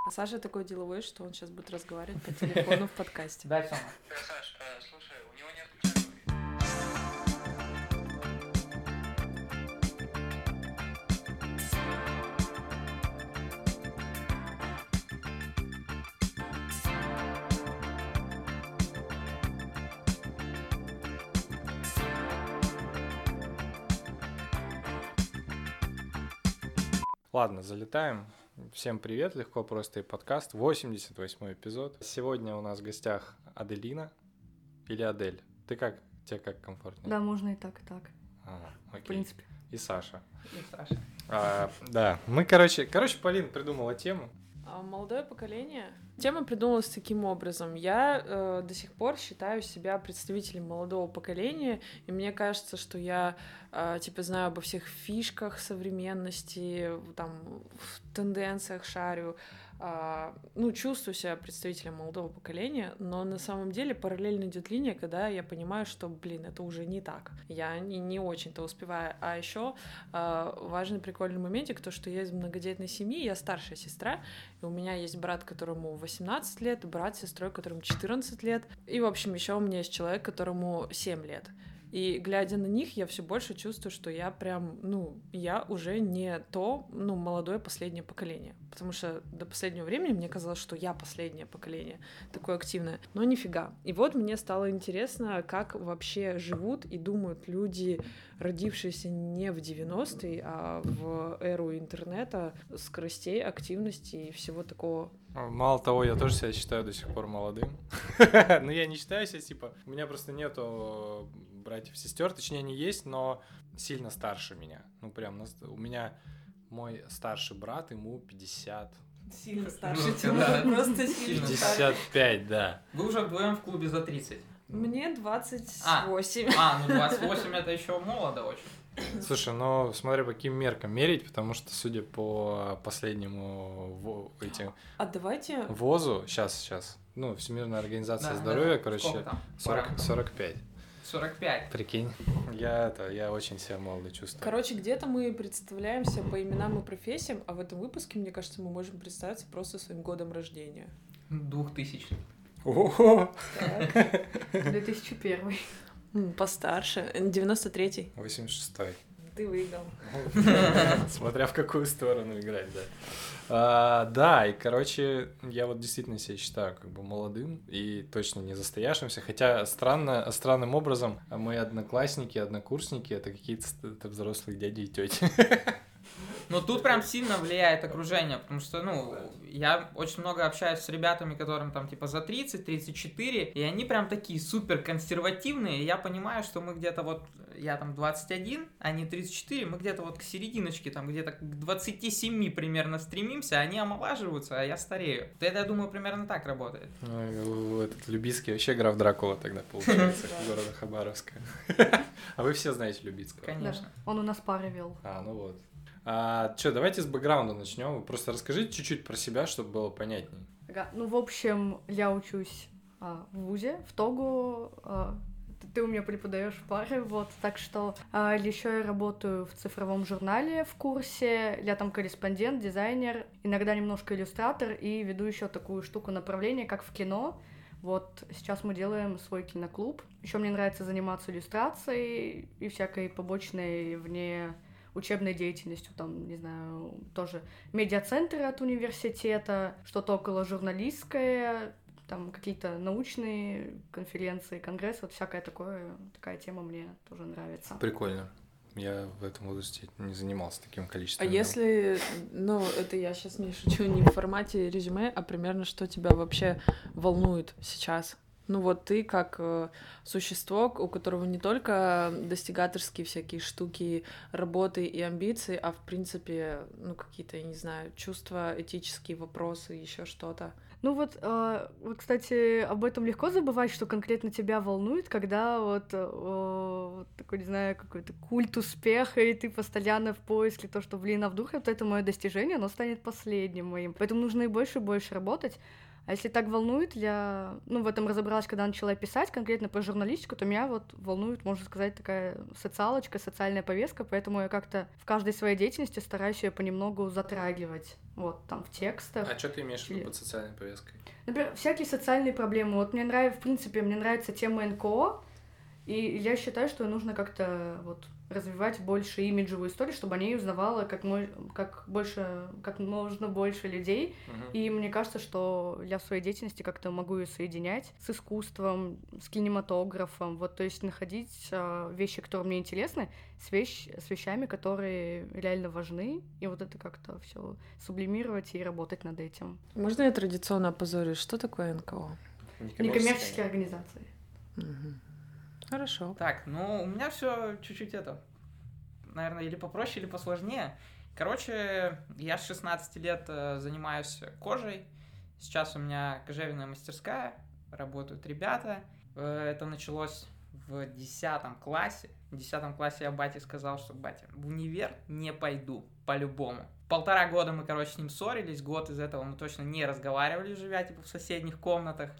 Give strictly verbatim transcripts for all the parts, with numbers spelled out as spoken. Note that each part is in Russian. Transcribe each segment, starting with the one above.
А Саша такой деловой, что он сейчас будет разговаривать по телефону в подкасте. Да, Сёма. Саш, слушай, у него нет ключа. Ладно, залетаем. Всем привет, легко, просто и подкаст, восемьдесят восьмой эпизод. Сегодня у нас в гостях Аделина или Адель. Ты как? Тебе как комфортнее? Да, можно и так, и так. А, окей. В принципе. И Саша. И Саша. А, да, мы, короче, короче, Полина придумала тему. А молодое поколение. Тема придумалась таким образом. Я э, до сих пор считаю себя представителем молодого поколения, и мне кажется, что я э, типа знаю обо всех фишках современности, там в тенденциях шарю. Uh, ну, чувствую себя представителем молодого поколения, но на самом деле параллельно идет линия, когда я понимаю, что, блин, это уже не так. Я не, не очень-то успеваю. А еще uh, важный прикольный моментик, то, что я из многодетной семьи, я старшая сестра, и у меня есть брат, которому восемнадцать лет, брат с сестрой, которому четырнадцать лет, и, в общем, еще у меня есть человек, которому семь лет. И глядя на них, я все больше чувствую, что я прям, ну, я уже не то, ну, молодое последнее поколение. Потому что до последнего времени мне казалось, что я последнее поколение, такое активное. Но нифига. И вот мне стало интересно, как вообще живут и думают люди, родившиеся не в девяностые, а в эру интернета, скоростей, активности и всего такого. Мало того, я тоже себя считаю до сих пор молодым. Но я не считаю себя, типа, у меня просто нету братьев, сестер, точнее, они есть, но сильно старше меня. Ну, прям, у меня мой старший брат, ему пятьдесят. Сильно Ну, старше, да. просто сильно старше. пятьдесят пять, да. Вы уже вдвоем в клубе за тридцать. Мне двадцать восемь. А, ну двадцать восемь это еще молодо очень. Слушай, ну смотря по каким меркам мерить, потому что, судя по последнему во, этим А давайте... ВОЗу, сейчас, сейчас, ну, Всемирная организация Да, здоровья, да. короче, Сколько там? сорок, Пора. сорок пять. сорок пять. Прикинь, я это, я очень себя молодо чувствую. Короче, где-то мы представляемся по именам и профессиям, а в этом выпуске, мне кажется, мы можем представиться просто своим годом рождения. Двухтысячный. Ого! Так. две тысячи первый. М, Постарше. девяносто третий. восемьдесят шестой. Ты выиграл. Смотря в какую сторону играть, да. А, да, и, короче, я вот действительно себя считаю как бы молодым и точно не застоявшимся, хотя странно, странным образом мои одноклассники, однокурсники — это какие-то это взрослые дяди и тети. Но тут прям сильно влияет окружение, потому что, ну, я очень много общаюсь с ребятами, которым там типа за тридцать, тридцать четыре, и они прям такие супер консервативные, и я понимаю, что мы где-то вот, я там двадцать один, они тридцать четыре, мы где-то вот к серединочке, там где-то к двадцати семи примерно стремимся, они омолаживаются, а я старею. Вот это, я думаю, примерно так работает. Ну, этот Любицкий вообще граф Дракула тогда получается, города Хабаровска. А вы все знаете Любицкого? Конечно. Он у нас пары вел. А, ну вот. А, что, давайте с бэкграунда начнем. Просто расскажите чуть-чуть про себя, чтобы было понятнее. Ага. Ну, в общем, я учусь а, в ВУЗе, в ТОГУ. А, ты у меня преподаешь в паре, вот. Так что а, еще я работаю в цифровом журнале в курсе. Я там корреспондент, дизайнер, иногда немножко иллюстратор и веду еще такую штуку направления, как в кино. Вот сейчас мы делаем свой киноклуб. Еще мне нравится заниматься иллюстрацией и всякой побочной вне учебной деятельностью, там, не знаю, тоже медиацентры от университета, что-то около журналистское, там какие-то научные конференции, конгрессы, вот всякое такое, такая тема мне тоже нравится. Прикольно. Я в этом возрасте не занимался таким А количеством. если, ну, это я сейчас не шучу, не в формате резюме, а примерно что тебя вообще волнует сейчас? Ну вот ты как э, существо, у которого не только достигаторские всякие штуки, работы и амбиции, а в принципе, ну какие-то, я не знаю, чувства, этические вопросы, еще что-то. Ну вот, э, вот, кстати, об этом легко забывать, что конкретно тебя волнует, когда вот, э, вот такой, не знаю, какой-то культ успеха, и ты постоянно в поиске, то, что, блин, а вдруг вот это мое достижение, оно станет последним моим. Поэтому нужно и больше и больше работать. А если так волнует, я, ну, в этом разобралась, когда начала писать конкретно про журналистику, то меня вот волнует, можно сказать, такая социалочка, социальная повестка, поэтому я как-то в каждой своей деятельности стараюсь ее понемногу затрагивать, вот, там, в текстах. А что ты имеешь в виду Или- под социальной повесткой? Например, всякие социальные проблемы. Вот мне нравится, в принципе, мне нравится тема эн ка о, и я считаю, что нужно как-то вот развивать больше имиджевую историю, чтобы о ней узнавало как, мо- как, больше, как можно больше людей. Мгм. И мне кажется, что я в своей деятельности как-то могу ее соединять с искусством, с кинематографом, вот, то есть находить а, вещи, которые мне интересны, с, вещь, с вещами, которые реально важны, и вот это как-то все сублимировать и работать над этим. Можно я традиционно опозорюсь? Что такое эн ка о? Некоммерческие организации. Мгм. Хорошо. Так, ну у меня все чуть-чуть это, наверное, или попроще, или посложнее. Короче, я с шестнадцати лет э, занимаюсь кожей. Сейчас у меня кожевенная мастерская, работают ребята. Э, Это началось в десятом классе. В десятом классе я бате сказал, что, батя, в универ не пойду, по-любому. Полтора года мы, короче, с ним ссорились, год из этого мы точно не разговаривали, живя, типа, в соседних комнатах.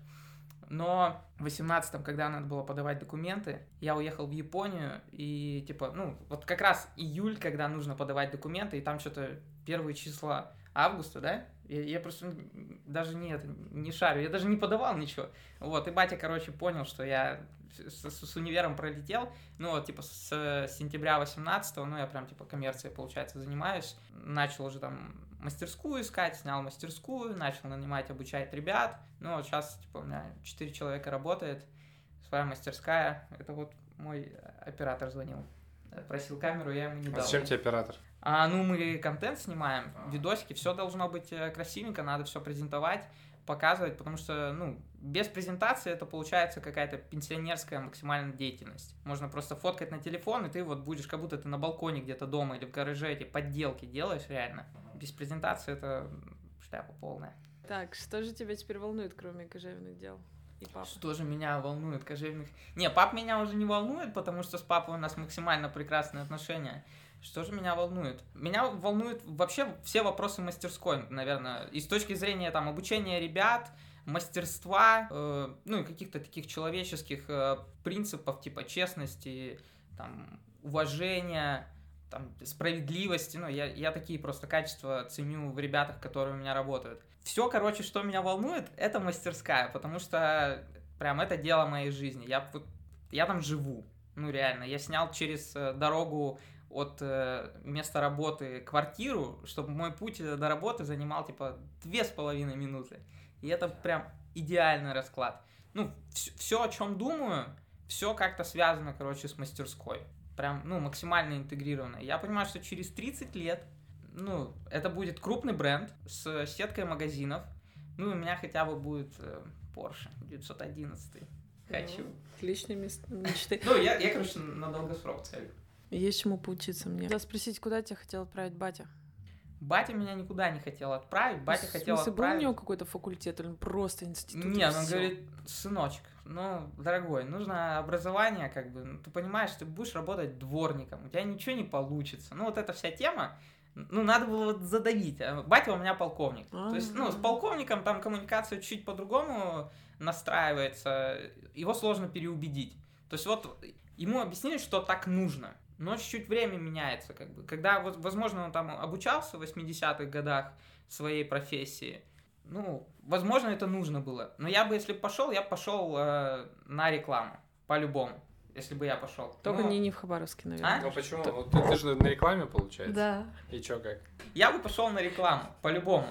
Но в восемнадцатом, когда надо было подавать документы, я уехал в Японию, и, типа, ну, вот как раз июль, когда нужно подавать документы, и там что-то первые числа августа, да? Я, я просто даже не, это, не шарю, я даже не подавал ничего. Вот, и батя, короче, понял, что я с, с- с универом пролетел. Ну, вот, типа, с сентября восемнадцатого, ну, я прям, типа, коммерцией, получается, занимаюсь. Начал уже там мастерскую искать, снял мастерскую, начал нанимать, обучать ребят. Ну, вот сейчас, типа, у меня четыре человека работает, своя мастерская. Это вот мой оператор звонил. Просил камеру, я ему не А дал. зачем тебе оператор? А, ну, мы контент снимаем, видосики, все должно быть э, красивенько, надо все презентовать, показывать, потому что, ну, без презентации это получается какая-то пенсионерская максимальная деятельность. Можно просто фоткать на телефон, и ты вот будешь, как будто ты на балконе где-то дома или в гараже эти подделки делаешь реально. Без презентации это шляпа полная. Так, что же тебя теперь волнует, кроме кожевенных дел и папы? Что же меня волнует, кожевенных... Не, пап меня уже не волнует, потому что с папой у нас максимально прекрасные отношения. Что же меня волнует? Меня волнуют вообще все вопросы мастерской, наверное, и с точки зрения там обучения ребят, мастерства, э, ну и каких-то таких человеческих э, принципов, типа честности, там, уважения, там, справедливости. Ну, я, я такие просто качества ценю в ребятах, которые у меня работают. Все, короче, что меня волнует, это мастерская, потому что прям это дело моей жизни. Я, вот- я там живу, ну реально. Я снял через э, дорогу от э, места работы квартиру, чтобы мой путь до работы занимал типа две с половиной минуты. И это прям идеальный расклад. Ну, все, о чем думаю, все как-то связано, короче, с мастерской. Прям, ну, максимально интегрировано. Я понимаю, что через тридцать лет, ну, это будет крупный бренд с сеткой магазинов. Ну, у меня хотя бы будет э, Porsche девятьсот одиннадцать. Хочу. Ну, отличные мес- мечты. Ну, я, я, короче, на долгосрок цель. Есть чему поучиться мне. Да, спросить, куда тебя хотел отправить батя? Батя меня никуда не хотел отправить, батя В хотел смысле, был у отправить... него какой-то факультет или он просто институт? Не, и он всё? говорит, сыночек, ну, дорогой, нужно образование, как бы, ну, ты понимаешь, ты будешь работать дворником, у тебя ничего не получится. Ну, вот эта вся тема, ну, надо было вот задавить. А батя у меня полковник. То есть, ну, с полковником там коммуникация чуть по-другому настраивается, его сложно переубедить. То есть, вот ему объяснили, что так нужно. Но чуть-чуть время меняется, как бы. Когда, вот, возможно, он там обучался в восьмидесятых годах своей профессии, ну, возможно, это нужно было. Но я бы, если бы пошел, я бы пошел э, на рекламу, по-любому, если бы я пошел. Только Ну, не, не в Хабаровске, наверное. А? Ну почему? То- Ну, ты, ты же на рекламе, получается. Да. И чё, как? Я бы пошел на рекламу, по-любому.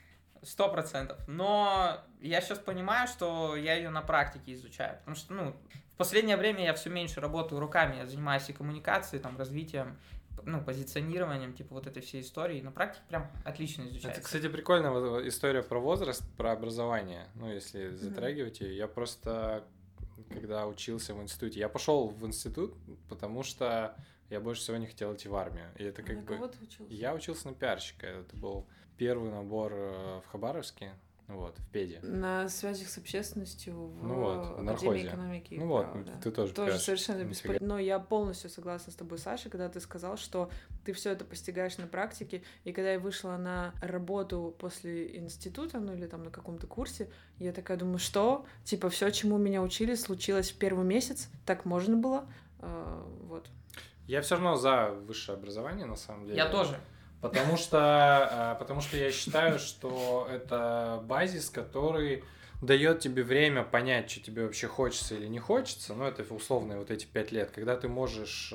Сто процентов. Но я сейчас понимаю, что я ее на практике изучаю. Потому что, ну, в последнее время я все меньше работаю руками. Я занимаюсь и коммуникацией, там, развитием, ну, позиционированием, типа, вот этой всей истории. На практике прям отлично изучается. Это, кстати, прикольная вот история про возраст, про образование. Ну, если затрагивать ее. Я просто, когда учился в институте, я пошел в институт, потому что я больше всего не хотел идти в армию. И это как На бы... кого ты учился? Я учился на пиарщика. Это был первый набор э, в Хабаровске. Вот, в педе. На связях с общественностью в Ну вот, в Академии нархозе. экономики. и Ну вот, права, да. ты тоже Тоже пишешь. совершенно Нифига. бесполезно. Но я полностью согласна с тобой, Саша, когда ты сказал, что ты все это постигаешь на практике. И когда я вышла на работу после института, ну или там на каком-то курсе, я такая думаю, что? Типа все, чему меня учили, случилось в первый месяц. Так можно было. А, вот. Я все равно за высшее образование, на самом деле. Я тоже. Потому что, потому что я считаю, что это базис, который дает тебе время понять, что тебе вообще хочется или не хочется. Ну, это условно вот эти пять лет, когда ты можешь...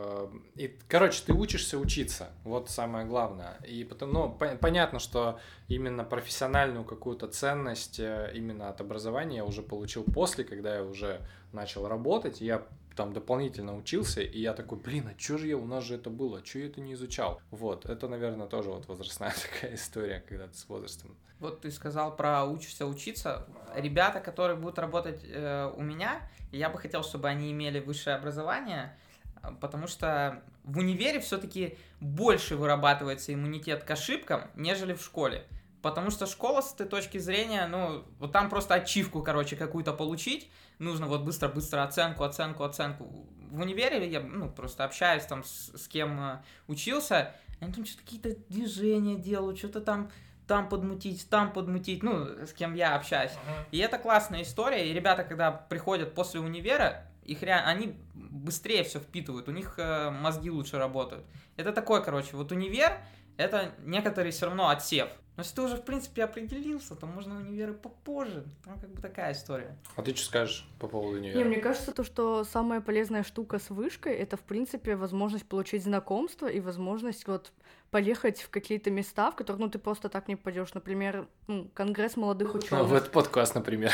И, короче, ты учишься учиться. Вот самое главное. И потом, ну, по- понятно, что именно профессиональную какую-то ценность именно от образования я уже получил после, когда я уже начал работать. Я там дополнительно учился, и я такой, блин, а чё же я, у нас же это было, чё я это не изучал? Вот, это, наверное, тоже вот возрастная такая история, когда ты с возрастом. Вот ты сказал про учишься учиться. Ребята, которые будут работать э, у меня, я бы хотел, чтобы они имели высшее образование, э, потому что в универе все-таки больше вырабатывается иммунитет к ошибкам, нежели в школе. Потому что школа, с этой точки зрения, ну, вот там просто ачивку, короче, какую-то получить, нужно вот быстро-быстро оценку, оценку, оценку. В универе я, ну, просто общаюсь там с, с кем э, учился, они там что-то какие-то движения делают, что-то там, там подмутить, там подмутить, ну, с кем я общаюсь. И это классная история, и ребята, когда приходят после универа, их реально, они быстрее все впитывают, у них э, мозги лучше работают. Это такой, короче, вот универ, это некоторый все равно отсев. Но если ты уже, в принципе, определился, то можно универы попозже. Там как бы такая история. А ты что скажешь по поводу универа? Не, мне кажется, то, что самая полезная штука с вышкой — это, в принципе, возможность получить знакомство и возможность вот поехать в какие-то места, в которые, ну, ты просто так не пойдешь. Например, ну, конгресс молодых Ну, ученых. в этот подкаст, например.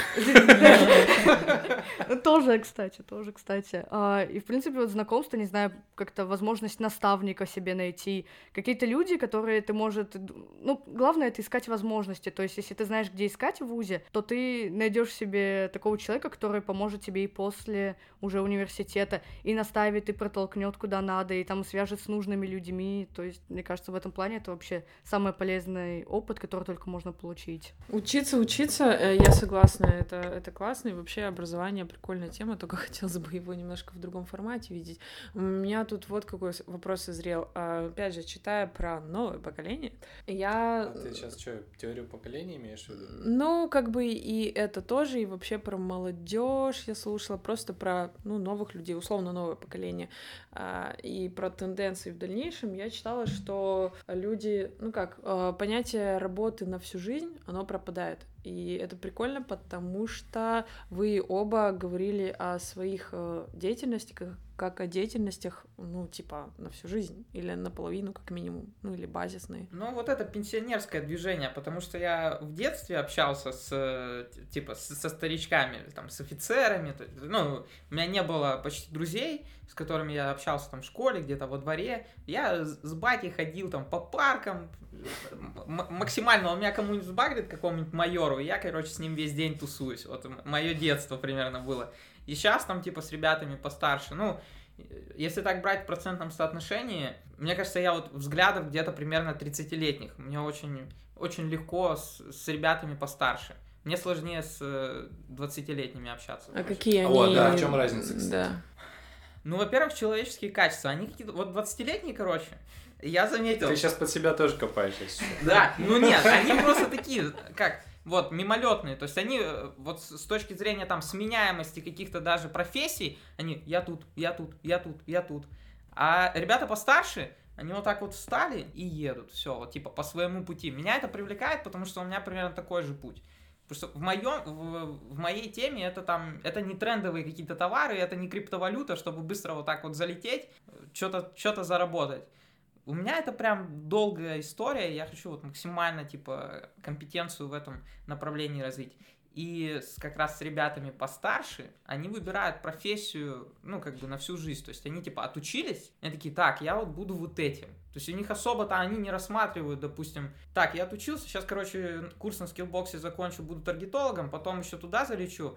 Тоже, кстати, тоже, кстати. А, И, в принципе, вот знакомство, не знаю, как-то возможность наставника себе найти. Какие-то люди, которые ты, может... Ну, главное — это искать возможности. То есть, если ты знаешь, где искать в вузе, то ты найдешь себе такого человека, который поможет тебе и после уже университета, и наставит, и протолкнет куда надо, и там свяжет с нужными людьми. То есть, мне кажется, в этом плане это вообще самый полезный опыт, который только можно получить. Учиться, учиться, э, я согласна, это, это классно, и вообще образование прикольная тема, только хотелось бы его немножко в другом формате видеть. У меня тут вот какой вопрос созрел. А, опять же, читая про новое поколение, я... А ты сейчас что, теорию поколения имеешь в виду? Ну, как бы и это тоже, и вообще про молодежь я слушала, просто про, ну, новых людей, условно новое поколение, а, и про тенденции в дальнейшем. Я читала, что люди, ну как, понятие работы на всю жизнь, оно пропадает. И это прикольно, потому что вы оба говорили о своих деятельностях, как о деятельностях, ну, типа, на всю жизнь, или наполовину, как минимум, ну, или базисные. Ну, вот это пенсионерское движение, потому что я в детстве общался с, типа, с, со старичками, там, с офицерами, то, ну, у меня не было почти друзей, с которыми я общался там в школе, где-то во дворе, я с, с батей ходил там по паркам, м- максимально он меня кому-нибудь сбагрит, какому-нибудь майору, и я, короче, с ним весь день тусуюсь, вот мое детство примерно было. И сейчас там, типа, с ребятами постарше, ну, если так брать в процентном соотношении, мне кажется, я вот взглядов где-то примерно тридцатилетних. Мне очень, очень легко с, с ребятами постарше. Мне сложнее с двадцатилетними общаться. А какие они... О, да, в чем разница, кстати? Да. Ну, во-первых, человеческие качества. Они какие-то... Вот двадцатилетние, короче, я заметил... Ты сейчас под себя тоже копаешь, если что. Да, ну нет, они просто такие, как... Вот, мимолетные, то есть они вот с точки зрения там сменяемости каких-то даже профессий, они я тут, я тут, я тут, я тут. А ребята постарше, они вот так вот встали и едут, все, вот типа по своему пути. Меня это привлекает, потому что у меня примерно такой же путь. Потому что в моем, в, в моей теме это там, это не трендовые какие-то товары, это не криптовалюта, чтобы быстро вот так вот залететь, что-то, что-то заработать. У меня это прям долгая история, я хочу вот максимально, типа, компетенцию в этом направлении развить. И с, как раз с ребятами постарше, они выбирают профессию, ну, как бы на всю жизнь. То есть они, типа, отучились, и они такие, так, я вот буду вот этим. То есть у них особо-то они не рассматривают, допустим, так, я отучился, сейчас, короче, курс на скиллбоксе закончу, буду таргетологом, потом еще туда залечу,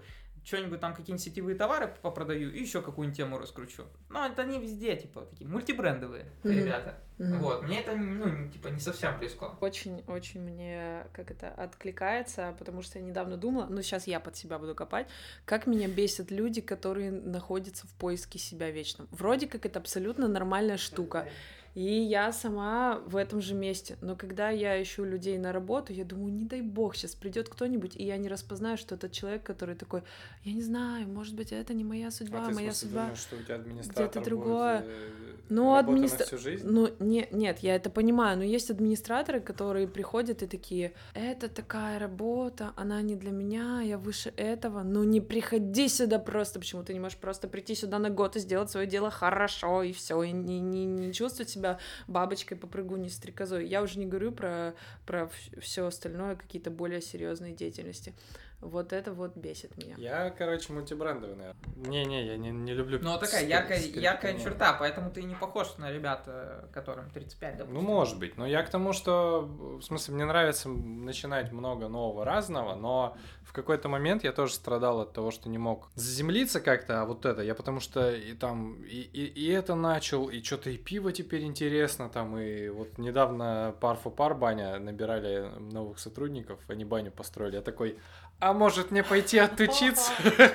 что-нибудь там, какие-нибудь сетевые товары попродаю и еще какую-нибудь тему раскручу. Но это не везде, типа, такие мультибрендовые Мгм. ребята. Мгм. Вот, мне это, ну, типа, не совсем близко. Очень-очень мне, как это, откликается, потому что я недавно думала, ну, сейчас я под себя буду копать, как меня бесят люди, которые находятся в поиске себя вечно. Вроде как это абсолютно нормальная штука, и я сама в этом же месте. Но когда я ищу людей на работу, я думаю, не дай бог, сейчас придет кто-нибудь, и я не распознаю, что это человек, который такой, я не знаю, может быть, это не моя судьба, А ты, в моя смысле, судьба. думаешь, что у тебя администратор где-то будет, другое. э, Ну, работа на администра- всю жизнь? Ну, не, нет, я это понимаю, но есть администраторы, которые приходят и такие, это такая работа, она не для меня, я выше этого, ну не приходи сюда просто, почему ты не можешь просто прийти сюда на год и сделать свое дело хорошо, и все, и не, не, не чувствовать себя бабочкой, попрыгуней, стрекозой. Я уже не говорю про, про все остальное, какие-то более серьезные деятельности. Вот это вот бесит меня. Я, короче, мультибрендовый, наверное. Не-не, я не, не люблю... Ну, такая скр- яркая, скрипка, яркая не. черта, поэтому ты не похож на ребят, э, которым тридцать пять, допустим. Ну, может быть. Но я к тому, что, в смысле, мне нравится начинать много нового, разного, но в какой-то момент я тоже страдал от того, что не мог заземлиться как-то, а вот это, я потому что и там, и, и, и это начал, и что-то и пиво теперь интересно, там, и вот недавно Парфу-Пар баня набирали новых сотрудников, они баню построили, я такой, а может мне пойти отучиться?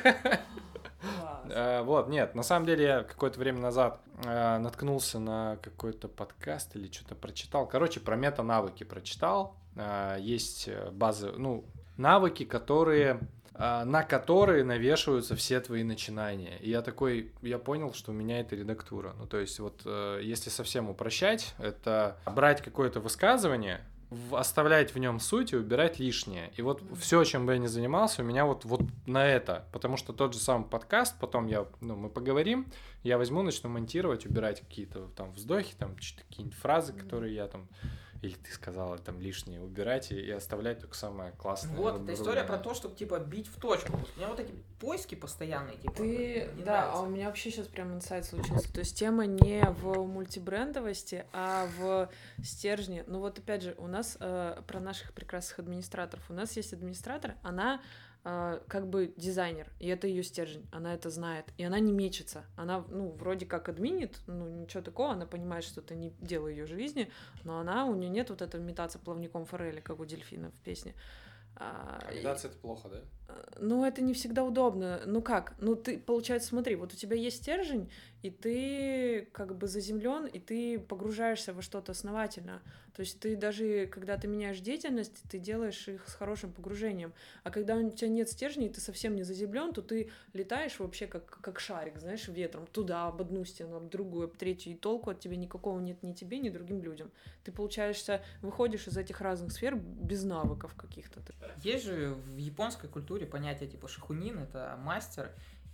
А, Вот, нет, на самом деле я какое-то время назад а, наткнулся на какой-то подкаст или что-то прочитал. Короче, про мета-навыки прочитал. А, Есть э, базы, ну, навыки, которые, а, на которые навешиваются все твои начинания. И я такой, я понял, что у меня это редактура. Ну, то есть вот, э, если совсем упрощать, это брать какое-то высказывание, в- оставлять в нем суть и убирать лишнее. И вот все, чем бы я ни занимался, у меня вот, вот на это. Потому что тот же самый подкаст, потом я, ну, мы поговорим, я возьму, начну монтировать, убирать какие-то там вздохи, там что-то какие-нибудь фразы, которые я там, или ты сказала, там лишнее, убирать и, и оставлять только самое классное. Вот, это история про вырубленное. то, чтобы, типа, бить в точку. Вот у меня вот эти поиски постоянные, типа, Ты, не да, нравятся. а у меня вообще сейчас прям инсайт случился. То есть тема не в мультибрендовости, а в стержне. Ну вот опять же, у нас э, про наших прекрасных администраторов. У нас есть администратор, она э, как бы дизайнер, и это ее стержень, она это знает, и она не мечется. Она, ну, вроде как админит, ну, ничего такого, она понимает, что это не дело ее жизни, но она, у нее нет вот этого метаться плавником форели, как у дельфина в песне. А, А и- метаться это плохо, да? ну, это не всегда удобно. Ну как? Ну, ты, получается, смотри, вот у тебя есть стержень, и ты как бы заземлен, и ты погружаешься во что-то основательно. То есть ты даже, когда ты меняешь деятельность, ты делаешь их с хорошим погружением. А когда у тебя нет стержня, и ты совсем не заземлен, то ты летаешь вообще как, как шарик, знаешь, ветром туда, об одну стену, об другую, об третью, и толку от тебя никакого нет ни тебе, ни другим людям. Ты, получаешься, выходишь из этих разных сфер без навыков каких-то. Есть же в японской культуре понятие типа шихунин, это мастер.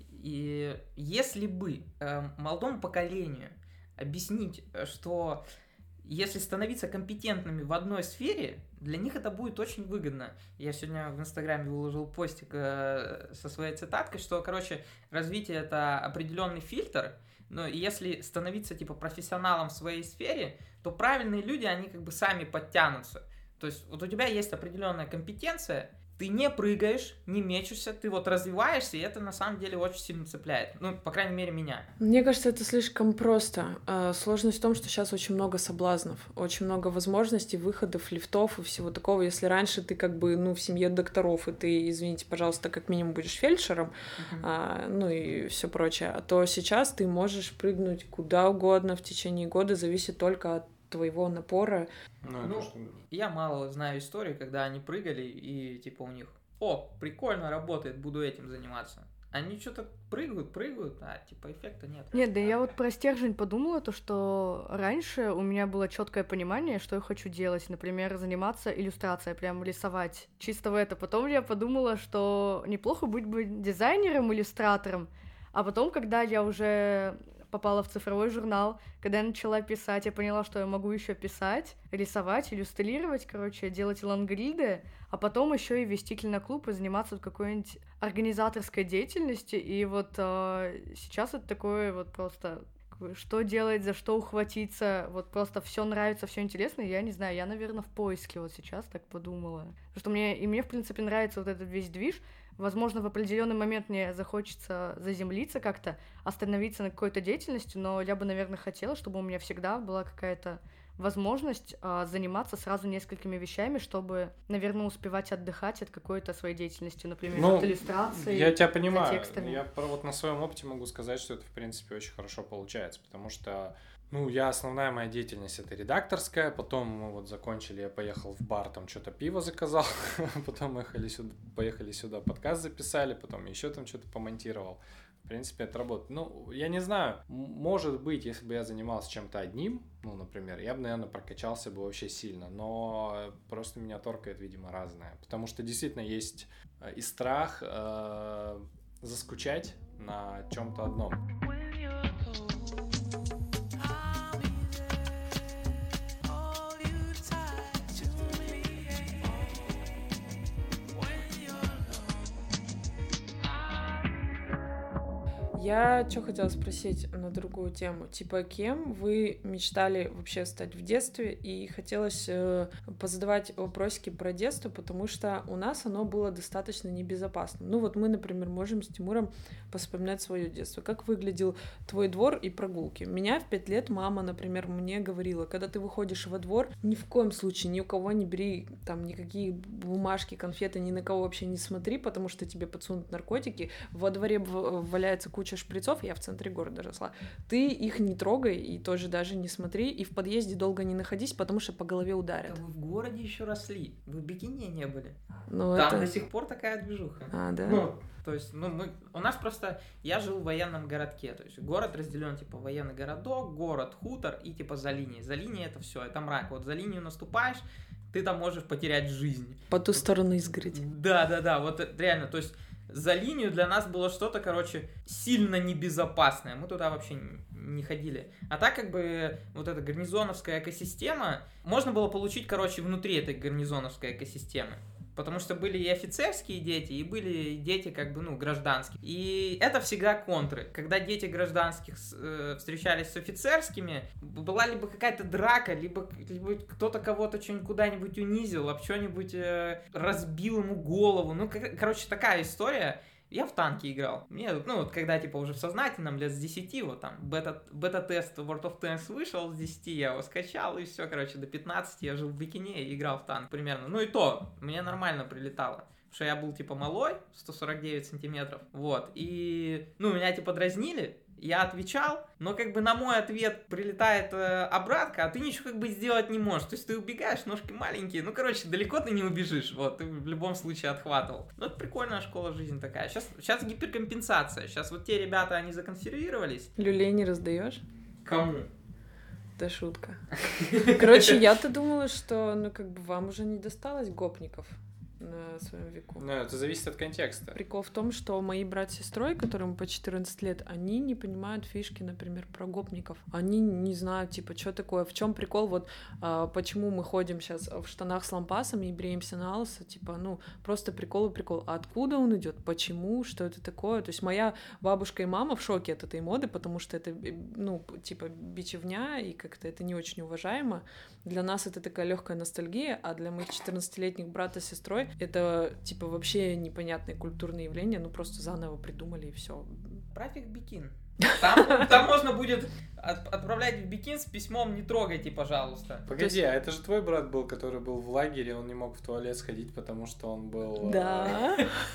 И если бы э, молодому поколению объяснить, э, что если становиться компетентными в одной сфере, для них это будет очень выгодно. Я сегодня в Инстаграме выложил постик э, со своей цитаткой, что, короче, развитие — это определенный фильтр, но если становиться типа профессионалом в своей сфере, то правильные люди, они как бы сами подтянутся. То есть вот у тебя есть определенная компетенция, ты не прыгаешь, не мечешься, ты вот развиваешься, и это на самом деле очень сильно цепляет. Ну, по крайней мере, меня. Мне кажется, это слишком просто. А, Сложность в том, что сейчас очень много соблазнов, очень много возможностей, выходов, лифтов и всего такого. Если раньше ты как бы, ну, в семье докторов, и ты, извините, пожалуйста, как минимум будешь фельдшером, а, ну и все прочее, то сейчас ты можешь прыгнуть куда угодно в течение года, зависит только от твоего напора. Ну, Ну, это что- Я мало знаю истории, когда они прыгали, и типа у них, о, прикольно работает, буду этим заниматься. Они что-то прыгают, прыгают, а типа эффекта нет. Нет, да я вот про стержень подумала, то что раньше у меня было четкое понимание, что я хочу делать. Например, заниматься иллюстрацией, прям рисовать. Чисто в это. Потом я подумала, что неплохо быть бы дизайнером, иллюстратором. А потом, когда я уже попала в цифровой журнал, когда я начала писать, я поняла, что я могу еще писать, рисовать, иллюстрировать, короче, делать лонгриды, а потом еще и вести киноклуб и заниматься вот какой-нибудь организаторской деятельностью. И вот э, сейчас это такое вот просто как бы, что делать, за что ухватиться, вот просто все нравится, все интересно, я не знаю, я, наверное, в поиске вот сейчас так подумала, потому что мне, и мне, в принципе, нравится вот этот весь движ. Возможно, в определенный момент мне захочется заземлиться как-то, остановиться на какой-то деятельности, но я бы, наверное, хотела, чтобы у меня всегда была какая-то возможность а, заниматься сразу несколькими вещами, чтобы, наверное, успевать отдыхать от какой-то своей деятельности, например, Ну, от иллюстрации. Я тебя за понимаю. текстами. Я про- вот на своем опыте могу сказать, что это, в принципе, очень хорошо получается, потому что, ну, я основная моя деятельность это редакторская, потом мы вот закончили, я поехал в бар, там что-то пиво заказал, потом мы ехали сюда, поехали сюда, подкаст записали, потом еще там что-то помонтировал. В принципе, это работает. Ну, я не знаю, м- может быть, если бы я занимался чем-то одним, ну, например, я бы, наверное, прокачался бы вообще сильно, но просто меня торкает, видимо, разное. Потому что действительно есть э, и страх э, заскучать на чем-то одном. Я что хотела спросить на другую тему. Типа, кем вы мечтали вообще стать в детстве? И хотелось э, позадавать вопросики про детство, потому что у нас оно было достаточно небезопасным. Ну вот мы, например, можем с Тимуром вспоминать свое детство. Как выглядел твой двор и прогулки? Меня в пять лет мама, например, мне говорила, когда ты выходишь во двор, ни в коем случае ни у кого не бери там никакие бумажки, конфеты, ни на кого вообще не смотри, потому что тебе подсунут наркотики. Во дворе в- валяется куча шприцов, я в центре города росла. Ты их не трогай и тоже даже не смотри, и в подъезде долго не находись, потому что по голове ударят. Это вы в городе еще росли, вы в Бикине не были. Ну, Там это... до сих пор такая движуха. А, да? Ну, то есть, ну, мы, у нас просто, я жил в военном городке, то есть город разделен, типа, военный городок, город, хутор и, типа, за линией. За линией это все, это мрак. Вот за линию наступаешь, ты там можешь потерять жизнь. По ту сторону изгороди. Да, да, да, вот это реально, то есть, за линию для нас было что-то, короче, сильно небезопасное. Мы туда вообще не- не ходили. А так, как бы, вот эта гарнизоновская экосистема, можно было получить, короче, внутри этой гарнизоновской экосистемы. Потому что были и офицерские дети, и были дети, как бы, ну, гражданские. И это всегда контры. Когда дети гражданских с- э, встречались с офицерскими, была либо какая-то драка, либо, либо кто-то кого-то что-нибудь куда-нибудь унизил, об что-нибудь э, разбил ему голову. Ну, кор- короче, такая история. Я в танки играл. Мне, ну, вот когда, типа, уже в сознательном, лет с десяти, вот там, бета, бета-тест World of Tanks вышел, с десяти я его скачал, и все, короче, до пятнадцати я жил в Бикине и играл в танк примерно. Ну и то, мне нормально прилетало. Потому что я был, типа, малой, сто сорок девять сантиметров, вот, и, ну, меня, типа, дразнили, я отвечал, но как бы на мой ответ прилетает э, обратка, а ты ничего как бы сделать не можешь. То есть ты убегаешь, ножки маленькие, ну, короче, далеко ты не убежишь, вот, ты в любом случае отхватывал. Ну, это прикольная школа жизни такая. Сейчас, сейчас гиперкомпенсация, сейчас вот те ребята, они законсервировались. Люлей не раздаешь? Кому? Да шутка. Короче, я-то думала, что, ну, как бы вам уже не досталось гопников на своем веку. Ну, это зависит от контекста. Прикол в том, что мои брат с сестрой, которым по четырнадцать лет, они не понимают фишки, например, про гопников. Они не знают, типа, что такое, в чем прикол, вот а, почему мы ходим сейчас в штанах с лампасами и бреемся на лысо, типа, ну, просто прикол и прикол. А откуда он идет? Почему? Что это такое? То есть моя бабушка и мама в шоке от этой моды, потому что это, ну, типа, бичевня, и как-то это не очень уважаемо. Для нас это такая легкая ностальгия, а для моих четырнадцатилетних брата с сестрой это, типа, вообще непонятные культурные явления, ну, просто заново придумали, и все. Правь их в Бикин. Там, там можно будет от- отправлять в Бикин с письмом «Не трогайте, пожалуйста». Погоди, а это же твой брат был, который был в лагере, он не мог в туалет сходить, потому что он был... э, Да,